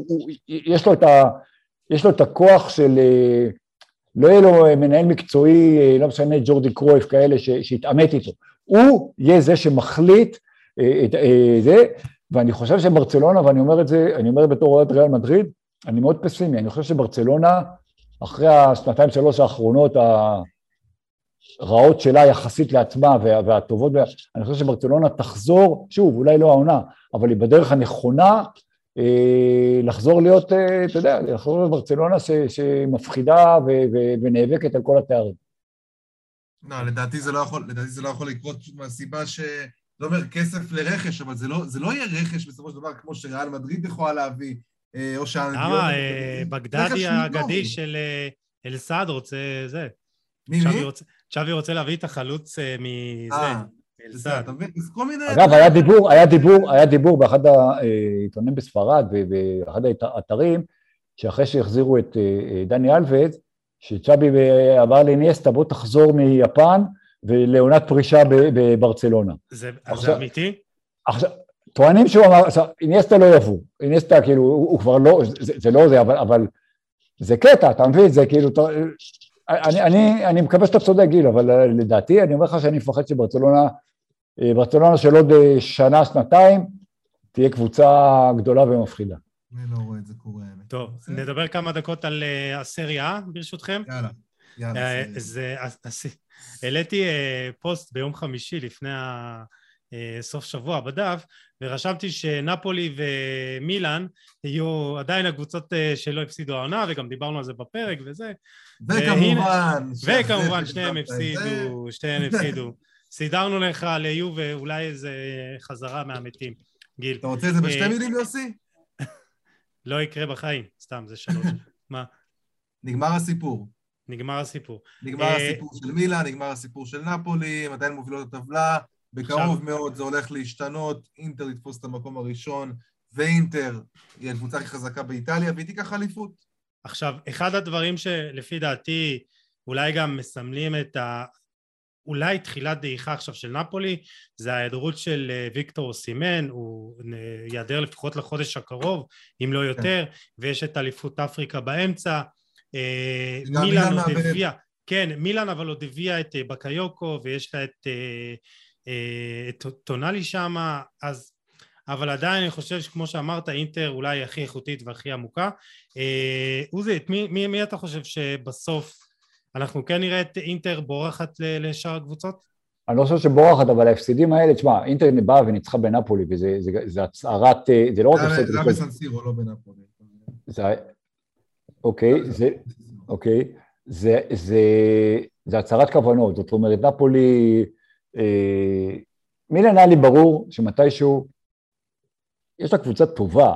יש לו את הכוח של, לא יהיה לו מנהל מקצועי, לא משנה ג'ורדי קרויף כאלה שהתאמת איתו, הוא יהיה זה שמחליט את זה, ואני חושב שברצלונה, ואני אומר את זה, אני אומר בתור אוהד ריאל מדריד, אני מאוד פסימי, אני חושב שברצלונה, אחרי השנתיים-שלוש האחרונות הרעות שלה יחסית לעצמה והטובות, אני חושב שברצלונה תחזור, שוב, אולי לא העונה, אבל היא בדרך הנכונה לחזור להיות, אתה יודע, לחזור להיות ברצלונה שמפחידה ונאבקת על כל התארים. לא, לדעתי זה לא יכול לקרות מהסיבה לא אומר כסף לרכש, אבל זה לא יהיה רכש בסופו של דבר כמו שריאל מדריד יכולה להביא, או שהאנגליות... למה? בגדדי האגדי של אלסד רוצה זה. מי? צ'אבי רוצה להביא את החלוץ מזה. אלסד. אתה מבין? אז כל מיני... אגב, היה דיבור באחד העיתונים בספרד ובאחד האתרים, שאחרי שהחזירו את דני אלווז, שצ'אבי עבר לאיניאסטה, בוא תחזור מיפן, ולעונת פרישה בברצלונה. זה אמיתי? עכשיו, טוענים שהוא אמר, איניאסטה לא יבוא, איניאסטה כאילו, הוא כבר לא, זה לא זה, אבל זה קטע, אתה מבין, זה כאילו, אני מקווה שאתה צודק גיל, אבל לדעתי, אני אומר לך שאני מפחד שברצלונה של עוד שנה, שנתיים, תהיה קבוצה גדולה ומפחידה. אני לא רואה את זה קורה. טוב, נדבר כמה דקות על הסריה, ברשותכם. יאללה. העליתי פוסט ביום חמישי לפני סוף שבוע בדף, ורשמתי שנפולי ומילאן יהיו עדיין הקבוצות שלא הפסידו העונה, וגם דיברנו על זה בפרק וזה. וכמובן שניהם הפסידו. סידרנו לך ליו ואולי איזה חזרה מהמתים. גיל. אתה רוצה את זה בשתי מילים יוסי? לא יקרה בחיים, סתם, זה 3. מה? נגמר הסיפור. נגמר הסיפור של מילאן, נגמר הסיפור של נפולי, מתי הן מובילות את הטבלה, בקרוב מאוד זה הולך להשתנות, אינטר לתפוס את המקום הראשון, ואינטר היא הקבוצה הכי חזקה באיטליה, והיא תיקח אליפות. עכשיו, אחד הדברים שלפי דעתי אולי גם מסמלים את אולי תחילת דעיכה עכשיו של נפולי, זה ההיעדרות של ויקטור אוסימן, הוא יעדר לפחות לחודש הקרוב, אם לא יותר, ויש את אליפות אפריקה באמצע, מילאן עוד הביאה, כן, מילאן אבל עוד הביאה את בקיוקו, ויש לה את טונאלי שם, אז, אבל עדיין אני חושב שכמו שאמרת, אינטר אולי הכי איכותית והכי עמוקה. עוזי, מי אתה חושב שבסוף אנחנו כן נראה את אינטר בורחת לשאר הקבוצות? אני לא חושב שבורחת, אבל ההפסידים האלה, תשמע, אינטר באה וניצחה בנפולי, וזה הצהרת, זה לא רק הפסד. זה בסנסירו, לא בנפולי. אוקיי, זה הצהרת כוונות, זאת אומרת, נפולי, מילאן היה לי ברור שמתישהו, יש לה קבוצה טובה,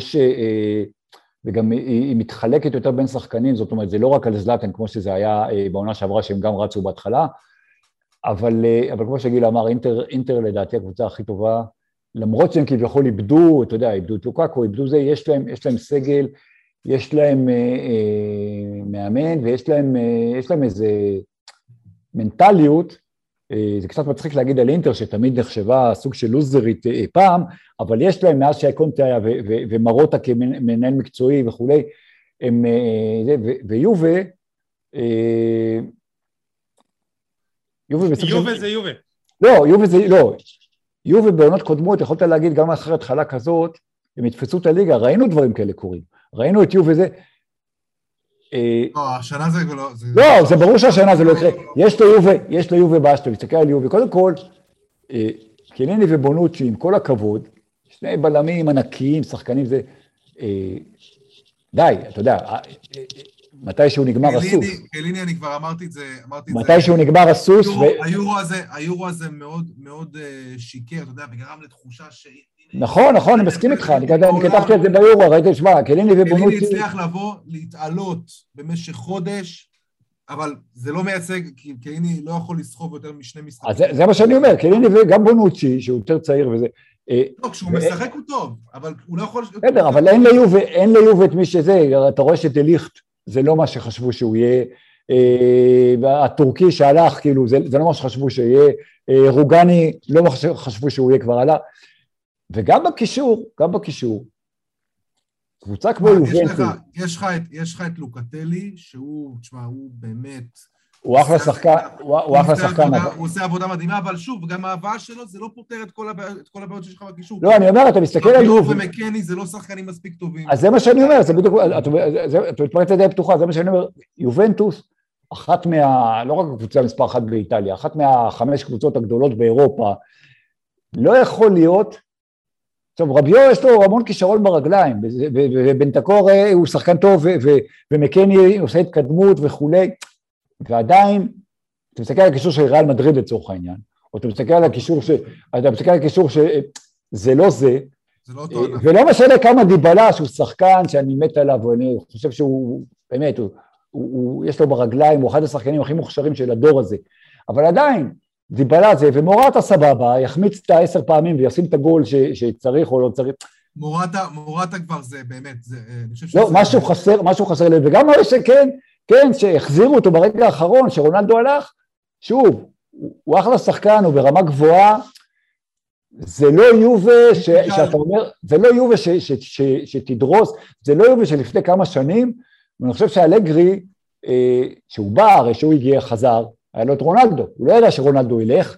וגם היא מתחלקת יותר בין שחקנים, זאת אומרת, זה לא רק על זלאטן, כמו שזה היה בעונה שעברה, שהם גם רצו בהתחלה, אבל כמו שגיל אמר, אינטר לדעתי הקבוצה הכי טובה, למרות שהם כביכול איבדו, אתה יודע, איבדו את לוקאקו, איבדו זה, יש להם סגל, יש להם מאמן, ויש להם איזה מנטליות, זה קצת מצחיק להגיד על אינטר, שתמיד נחשבה סוג של לוזרית פעם, אבל יש להם מאז שהקונטה היה, ומרוטה כמנהל מקצועי וכולי, ויובה, יובה זה יובה. יובה בעונות קודמות, יכולת להגיד גם אחרי התחלה כזאת, הם יתפסו את הליגה, ראינו דברים כאלה קורים, ראינו את יובה זה, לא, השנה זה לא... לא, זה ברור שהשנה זה לא יקרה. יש ליובה באשטו, להסתכל על יובה. קודם כל, קליני ובונוצ'י, עם כל הכבוד, שני בלמים ענקיים, שחקנים זה... די, אתה יודע, מתי שהוא נגמר הסוס. קליני, אני כבר אמרתי את זה. מתי שהוא נגמר הסוס. היורו הזה מאוד מאוד שיקר, אתה יודע, וגרם לתחושה ש... נכון, אני מסכים איתך, אני כתבתי את זה ביורו, ראיתי, שמע, קליני ובונוצ'י... קליני הצליח לבוא, להתעלות במשך חודש, אבל זה לא מייצג, כי קליני לא יכול לסחוב יותר משני משחקים. אז זה מה שאני אומר, קליני וגם בונוצ'י, שהוא יותר צעיר וזה... לא, כשהוא משחק הוא טוב, אבל הוא לא יכול... בסדר, אבל אין ליובה את מי שזה, אתה רואה שדליכט זה לא מה שחשבו שהוא יהיה, הטורקי שהלך, כאילו, זה לא מה שחשבו שיהיה, רוגני לא מה שחשבו שהוא יהיה כבר עלה, וגם בקישור, קבוצה כמו יובנטוס. יש לך את לוקטלי, שהוא, תשמע, הוא באמת... הוא אחלה שחקן. הוא עושה עבודה מדהימה, אבל שוב, גם ההבאה שלו זה לא פותר את כל הבעיות שיש לך בקישור. לא, אני אומר, אתה מסתכל על יובה. ומקני זה לא שחקנים מספיק טובים. אז זה מה שאני אומר, זה בדיוק, אתה מתפרץ לדעה פתוחה, זה מה שאני אומר, יובנטוס, אחת לא רק הקבוצה מספר אחת באיטליה, אחת מהחמש קבוצות הגדולות באירופה, לא יכול להיות, עכשיו רביו יש לו המון כישרון ברגליים, ובנטקור הוא שחקן טוב, ומקני עושה התקדמות וכולי, ועדיין, אתה מסתכל על הקישור של ריאל מדריד לצורך העניין, או אתה מסתכל על הקישור שזה לא זה, ולא משנה כמה דיבלה שהוא שחקן שאני מת עליו, ואני חושב שהוא, באמת, יש לו ברגליים, הוא אחד השחקנים הכי מוכשרים של הדור הזה, אבל עדיין, דיבלה זה, ומורטה סבבה, יחמיץ את 10 פעמים וישים את הגול שצריך או לא צריך. מורטה כבר זה באמת, לא, משהו חסר לב, וגם מה שכן, כן, שהחזירו אותו ברגע האחרון, שרונלדו הלך, שוב, הוא אחלה שחקן, הוא ברמה גבוהה, זה לא יובה שאתה אומר, זה לא יובה שתדרוס, זה לא יובה שלפני כמה שנים, ואני חושב שהאלגרי, שהוא בא, הרי שהוא הגיע חזר, היה לו את רונלדו, הוא לא ידע שרונלדו ילך,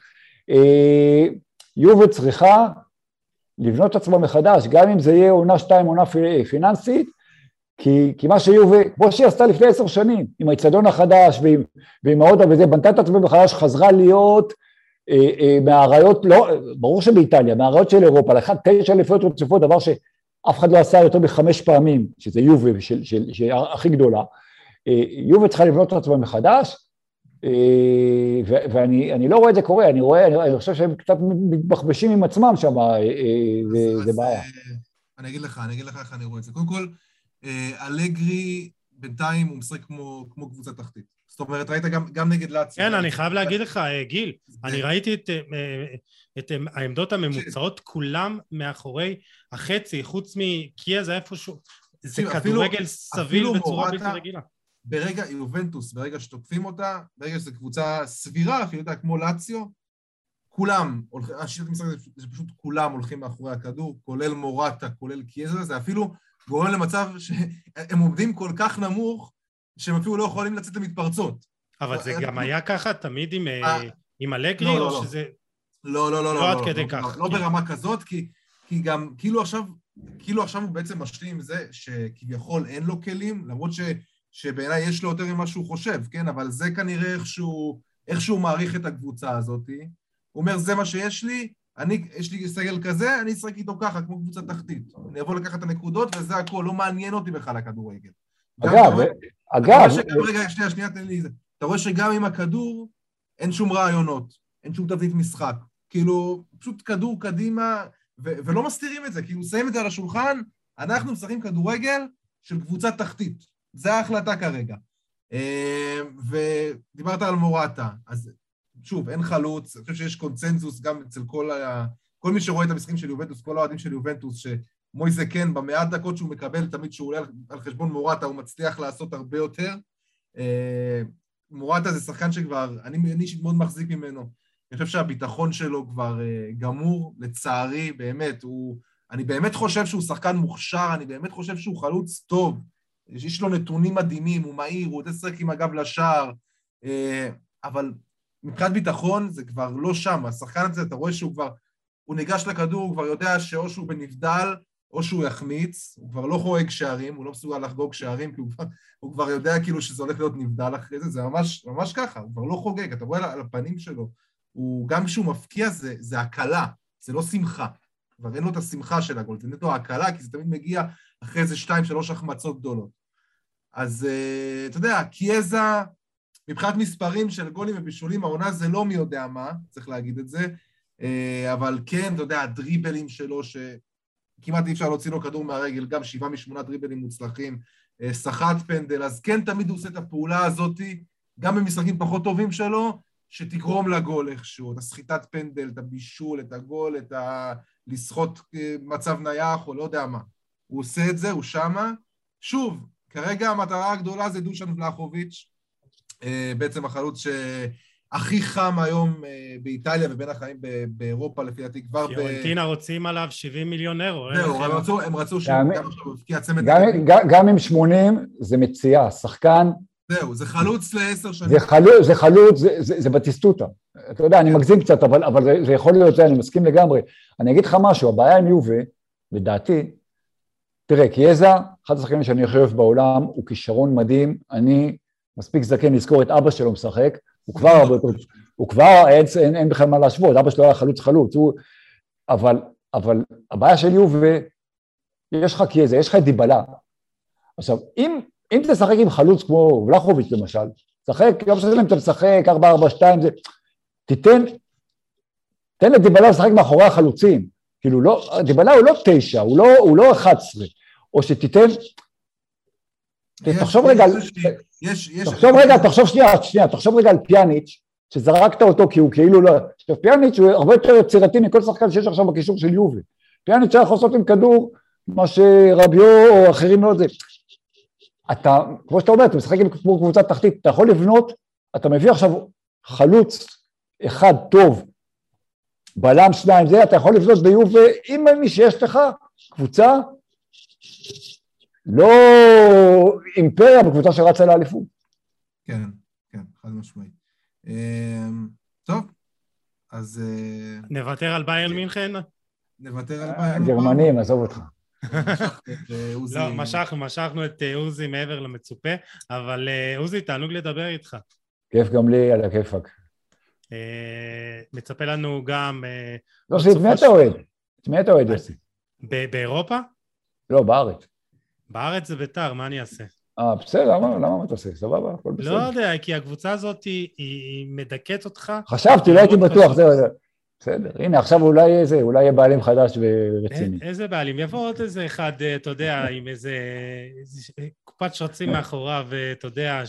יובה צריכה לבנות את עצמה מחדש, גם אם זה יהיה עונה 2, עונה פיננסית, כי מה שיובה, כמו שהיא עשתה לפני 10 שנים, עם האצטדיון החדש ועם ההודה וזה, בנתה את עצמה מחדש, חזרה להיות מהאריות, לא, ברור שבאיטליה, מהאריות של אירופה, לקחה 9 אליפויות רצופות, דבר שאף אחד לא עשה יותר מ5 פעמים, שזה יובה הכי גדולה, יובה צריכה לבנות את עצמה מחדש, ואני לא רואה את זה קורה, אני חושב שהם קצת מתבחבשים עם עצמם שם, זה בעיה. אני אגיד לך איך אני רואה את זה. קודם כל, אלגרי בינתיים הוא משחק כמו קבוצה תחתית. זאת אומרת, ראית גם נגד לאציו. כן, אני חייב להגיד לך, גיל, אני ראיתי את העמדות הממוצעות, כולם מאחורי החצי, חוץ מקיה זה איפשהו, זה כדורגל סביל בצורה בלתי רגילה. ברגע יובנטוס, ברגע שתוקפים אותה, ברגע שזו קבוצה סבירה, אפילו יודעת, כמו לאציו, כולם, השיטת המשחק זה פשוט כולם הולכים מאחורי הכדור, כולל מורטה, כולל קיאזה, זה אפילו גורם למצב שהם עומדים כל כך נמוך, שהם אפילו לא יכולים לצאת למתפרצות. אבל זה גם היה ככה תמיד עם אלגרי, או שזה... לא עד כדי כך. לא ברמה כזאת, כי גם כאילו עכשיו הוא בעצם משלים עם זה, שכביכול אין לו כלים, למרות שבעיניי יש לו יותר ממה שהוא חושב, כן? אבל זה כנראה איכשהו מעריך את הקבוצה הזאת. הוא אומר, זה מה שיש לי, יש לי סגל כזה, אני אשחק איתו ככה, כמו קבוצה תחתית. אני אבוא לקחת את הנקודות, וזה הכל, לא מעניין אותי בכלל הכדורגל. אגב... רגע, שנייה, תן לי זה. אתה רואה שגם עם הכדור, אין שום רעיונות, אין שום תבנית משחק. כאילו, פשוט כדור קדימה, ולא מסתירים את זה, כאילו, שמים את זה על השולחן, אנחנו משחקים כדורגל של קבוצה תחתית. זה ההחלטה כרגע. ודיברת על מורטה, אז שוב, אין חלוץ, אני חושב שיש קונצנזוס גם אצל כל מי שרואה את המשחקים של יובנטוס, כל האוהדים של יובנטוס, שמויזה כן, במעט דקות שהוא מקבל, תמיד שהוא עולה על חשבון מורטה, הוא מצליח לעשות הרבה יותר. מורטה זה שחקן שכבר, אני מאוד מחזיק ממנו, אני חושב שהביטחון שלו כבר גמור, לצערי, באמת, אני באמת חושב שהוא שחקן מוכשר, אני באמת חושב שהוא חלוץ טוב, יש לו נתונים מדהימים, הוא מהיר, הוא תשחק עם הגב לשער, אבל מבחינת ביטחון זה כבר לא שם, השחקן הזה, אתה רואה שהוא כבר, הוא ניגש לכדור, הוא כבר יודע שאו שהוא בנבדל, או שהוא יחמיץ, הוא כבר לא חורג שערים, הוא לא מסוגל לחגוג שערים, כי הוא כבר יודע כאילו שזה הולך להיות נבדל אחרי זה, זה ממש ככה, הוא כבר לא חוגג, אתה רואה על הפנים שלו, גם כשהוא מפקיע זה הקלה, זה לא שמחה, כבר אין לו את השמחה של הגול, זה נטו ההקלה, כי זה תמיד מגיע אחרי איזה 2-3 החמצות גדולות. אז אתה יודע, קיאזה, מבחינת מספרים של גולים ובישולים, העונה זה לא מי יודע מה, צריך להגיד את זה, אבל כן, אתה יודע, הדריבלים שלו, שכמעט אי אפשר להוציא לו כדור מהרגל, גם 7 מ-8 דריבלים מוצלחים, שחט פנדל, אז כן תמיד הוא עושה את הפעולה הזאת, גם במשחקים פחות טובים שלו, שתגרום לגול איכשהו, את הסחיטת פנדל, את הבישול, את הגול, את לסחוט מצב נייח, או לא יודע מה. הוא עושה את זה, הוא שמה. שוב, כרגע המטרה הגדולה זה דושן ולחוביץ', בעצם החלוץ שהכי חם היום באיטליה ובין החיים באירופה, לפי דעתי כבר פיורנטינה רוצים עליו 70 מיליון אירו. זהו, הם רצו שהוא גם עכשיו מבקיע צמד. גם עם 80 זה מציאה, שחקן. זהו, זה חלוץ ל10 שנים. זה חלוץ, זה בטיסטוטה. אתה יודע, אני מגזים קצת, אבל זה יכול להיות זה, אני מסכים לגמרי. אני אגיד לך משהו, הבעיה עם יובה, לדעתי, תראה, קיאזה, אחד השחקנים שאני הכי אוהב בעולם, הוא כישרון מדהים, אני מספיק זקן לזכור את אבא שלו משחק, הוא כבר, אין בכלל מה להשוות, אבא שלו היה חלוץ, אבל הבעיה של יובה, יש לך קיאזה, יש לך את דיבלה. עכשיו, אם תשחק עם חלוץ כמו ולחוביץ' למשל, תשחק, לא משנה אם אתה משחק 4-4-2, תן לדיבלה לשחק מאחורי החלוצים, כאילו לא, דיבלה הוא לא 9, הוא לא 11, או שתיתן, תחשוב רגע על פיאניץ', שזרקת אותו כי הוא כאילו לא, עכשיו פיאניץ' הוא הרבה יותר יצירתי מכל שחקן שיש עכשיו בקישור של יובה, פיאניץ' היה יכול לעשות עם כדור, מה שרביו או אחרים לא זה, אתה, כמו שאתה אומר, אתה משחק עם קבוצת תחתית, אתה יכול לבנות, אתה מביא עכשיו חלוץ אחד טוב, בלם 2 זה, אתה יכול לבנות ביובה, אם מי שיש לך קבוצה, לא אימפריה בקבוצה שרצה לאליפות. כן, חד משמעית. טוב, אז... נוותר על ביירן מינכן? נוותר על ביירן. גרמנים, עזוב אותך. לא, משכנו את עוזי מעבר למצופה, אבל עוזי, תענוג לדבר איתך. כיף גם לי, על הכיפק. מצפה לנו גם... לא, את מי אתה אוהד? את מי אתה אוהד, יוסי? באירופה? לא, בארץ. בארץ זה בית"ר, מה אני אעשה? בסדר, למה אתה עושה? סבבה, הכל בסדר. לא יודע, כי הקבוצה הזאת היא מדכאת אותך. חשבתי, לא הייתי בטוח, זהו. בסדר, הנה עכשיו אולי יהיה בעלים חדש ורציני. איזה בעלים? יבוא עוד איזה אחד, אתה יודע, עם איזה קופת שרצים מאחוריו, ואתה יודע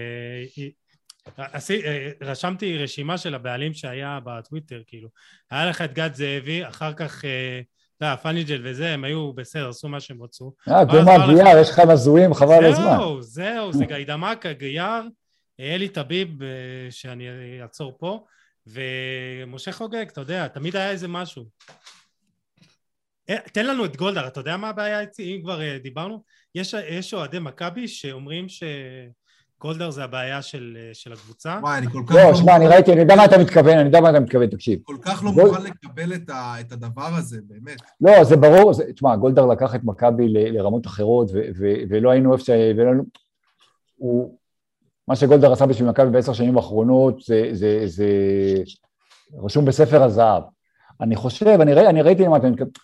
רשמתי רשימה של הבעלים שהיה בטוויטר, כאילו. היה לך את גד זאבי, אחר כך, פאניג'ל וזה, הם היו בסדר, עשו מה שהם רצו. כלומר, גייר, יש לך מזויים, חבל הזמן. זהו, זה גיידמק, גייר, אלי טביב, שאני אעצור פה, ומשה חוגג, אתה יודע, תמיד היה איזה משהו. תן לנו את גולדהר, אתה יודע מה הבעיה איתי? אם כבר דיברנו, יש אוהדי מכבי שאומרים שגולדהר זה הבעיה של הקבוצה. וואי, אני כל כך... לא, שמע, אני יודע מה אתה מתכוון, תקשיב. כל כך לא מוכן לקבל את הדבר הזה, באמת. לא, זה ברור, תשמע, גולדהר לקח את מכבי לרמות אחרות, ולא היינו איפה מה שגולדהר עשה בשביל מכבי ב10 שנים האחרונות, זה רשום בספר הזהב. אני חושב, אני ראיתי למה אתה מתכוון,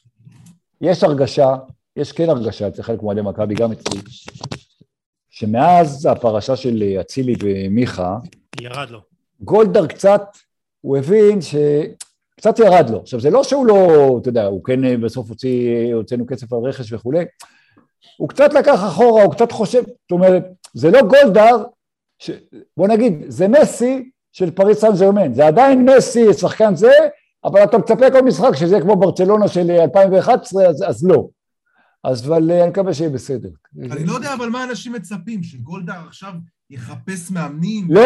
יש כן הרגשה, אצל חלק מועדי מכבי, גם אצלי, שמאז הפרשה של אצילי ומיכה, ירד לו. גולדהר קצת, הוא הבין שקצת ירד לו. עכשיו, זה לא שהוא לא, אתה יודע, הוא כן בסוף הוצאנו כסף על רכש וכו', הוא קצת לקח אחורה, הוא קצת חושב, זאת אומרת, זה לא גולדהר, בוא נגיד, זה מסי של פריס סן ז'רמן, זה עדיין מסי, שחקן זה, אבל אתה מצפה כל משחק שזה כמו ברצלונה של 2011, אז לא. אבל אני מקווה שיהיה בסדר. אני לא יודע, אבל מה אנשים מצפים? שגולדהר עכשיו יחפש מאמנים? לא,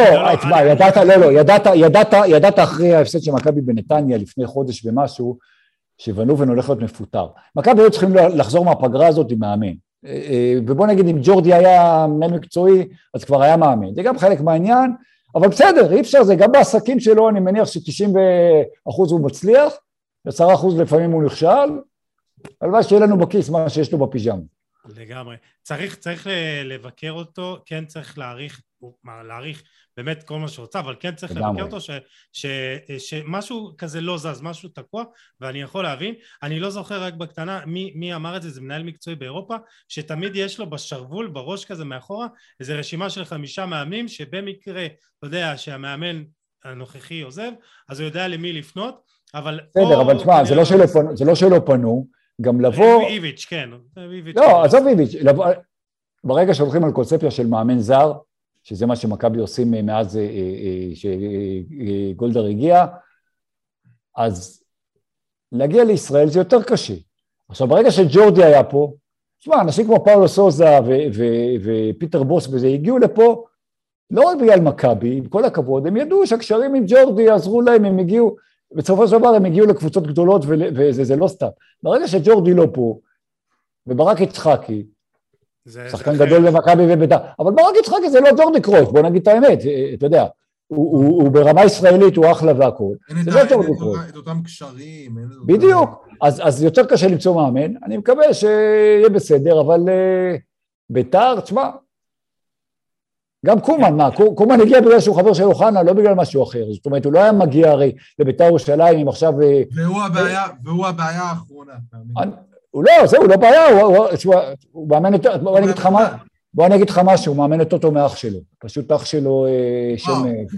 ידעת אחרי ההפסד של מכבי בנתניה לפני חודש ומשהו, שוונובן הולך להיות מפוטר. מכבי היו צריכים לחזור מהפגרה הזאת עם מאמן. ובוא נגיד, אם ג'ורדי היה מאמן מקצועי, אז כבר היה מאמן. זה גם חלק מהעניין, אבל בסדר, אי אפשר, זה גם בעסקים שלו, אני מניח ש90% הוא מצליח, 10% לפעמים הוא נכשל, הלוואי שיהיה לנו בכיס מה שיש לו בפיג'מה. לגמרי. צריך לבקר אותו, כן צריך להעריך באמת כל מה שרוצה, אבל כן צריך לבקר אותו שמשהו כזה לא זז, משהו תקוע, ואני יכול להבין, אני לא זוכר רק בקטנה, מי אמר את זה, זה מנהל מקצועי באירופה, שתמיד יש לו בשרוול, בראש כזה מאחורה, איזו רשימה של 5 מאמנים, שבמקרה, אתה יודע, שהמאמן הנוכחי עוזב, אז הוא יודע למי לפנות, אבל... בסדר, אבל תשמע, זה לא שלא פנו, גם לבוא... איביץ', כן. לא, עזוב איביץ', ברגע שהולכים על קונספציה של מאמן זר, שזה מה שמכבי עושים מאז שגולדהר הגיע, אז להגיע לישראל זה יותר קשה. עכשיו, ברגע שג'ורדי היה פה, תשמע, אנשים כמו פאולו סוזה ופיטר בוס וזה, הגיעו לפה, לא רק בגלל מכבי, עם כל הכבוד, הם ידעו שהקשרים עם ג'ורדי עזרו להם, הם הגיעו, בסופו של דבר הם הגיעו לקבוצות גדולות, וזה לא סתם. ברגע שג'ורדי לא פה, וברק יצחקי, שחקן גדול למכבי ובית"ר, אבל ברק יצחקי זה לא ג'ורדי קרויף, בוא נגיד את האמת, אתה יודע, הוא ברמה ישראלית, הוא אחלה והכל, זה לא ג'ורדי קרויף. את אותם קשרים. בדיוק, אז יותר קשה למצוא מאמן, אני מקווה שיהיה בסדר, אבל בית"ר, תשמע, גם קומן, קומן הגיע בגלל שהוא חבר של אוחנה, לא בגלל משהו אחר, זאת אומרת, הוא לא היה מגיע הרי לבית"ר ירושלים, אם עכשיו... והוא הבעיה האחרונה. הוא לא, זהו, הוא לא בעיה, הוא מאמן יותר, בוא אני אגיד לך משהו, הוא מאמן יותר טוב מאח שלו, פשוט אח שלו שם...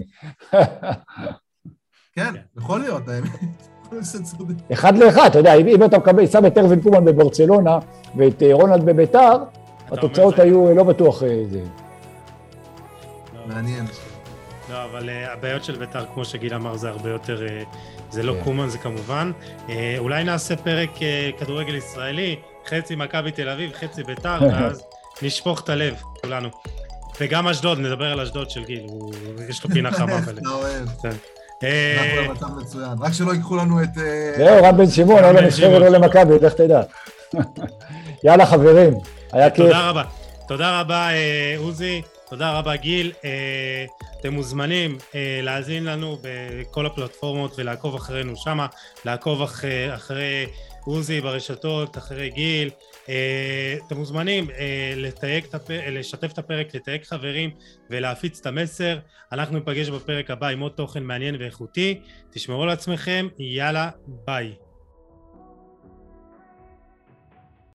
כן, יכול להיות, האמת. 1-1, אתה יודע, אם אתה מקבל, שם את ארווין קומן בברצלונה, ואת רונלד בבית"ר, התוצאות היו לא בטוח זה. מעניין. לא, אבל הבעיות של בית"ר, כמו שגיל אמר, זה הרבה יותר, זה לא קומן, זה כמובן. אולי נעשה פרק כדורגל ישראלי, חצי מכבי תל אביב, חצי בית"ר, ואז נשפוך את הלב, כולנו. וגם אשדוד, נדבר על אשדוד של גיל, יש לו פינה חמה. אתה אוהב. אנחנו במצב מצוין. רק שלא ייקחו לנו את... זהו, רן בן שמעון, לא לנבחרת, לא למכבי, איך תדע. יאללה חברים, היה כיף. תודה רבה. תודה רבה עוזי. תודה רבה גיל, אתם מוזמנים להאזין לנו בכל הפלטפורמות ולעקוב אחרינו שמה, לעקוב אחרי עוזי ברשתות, אחרי גיל, אתם מוזמנים לשתף את הפרק, לתייג חברים ולהפיץ את המסר, אנחנו ניפגש בפרק הבא עם עוד תוכן מעניין ואיכותי, תשמרו על עצמכם, יאללה ביי.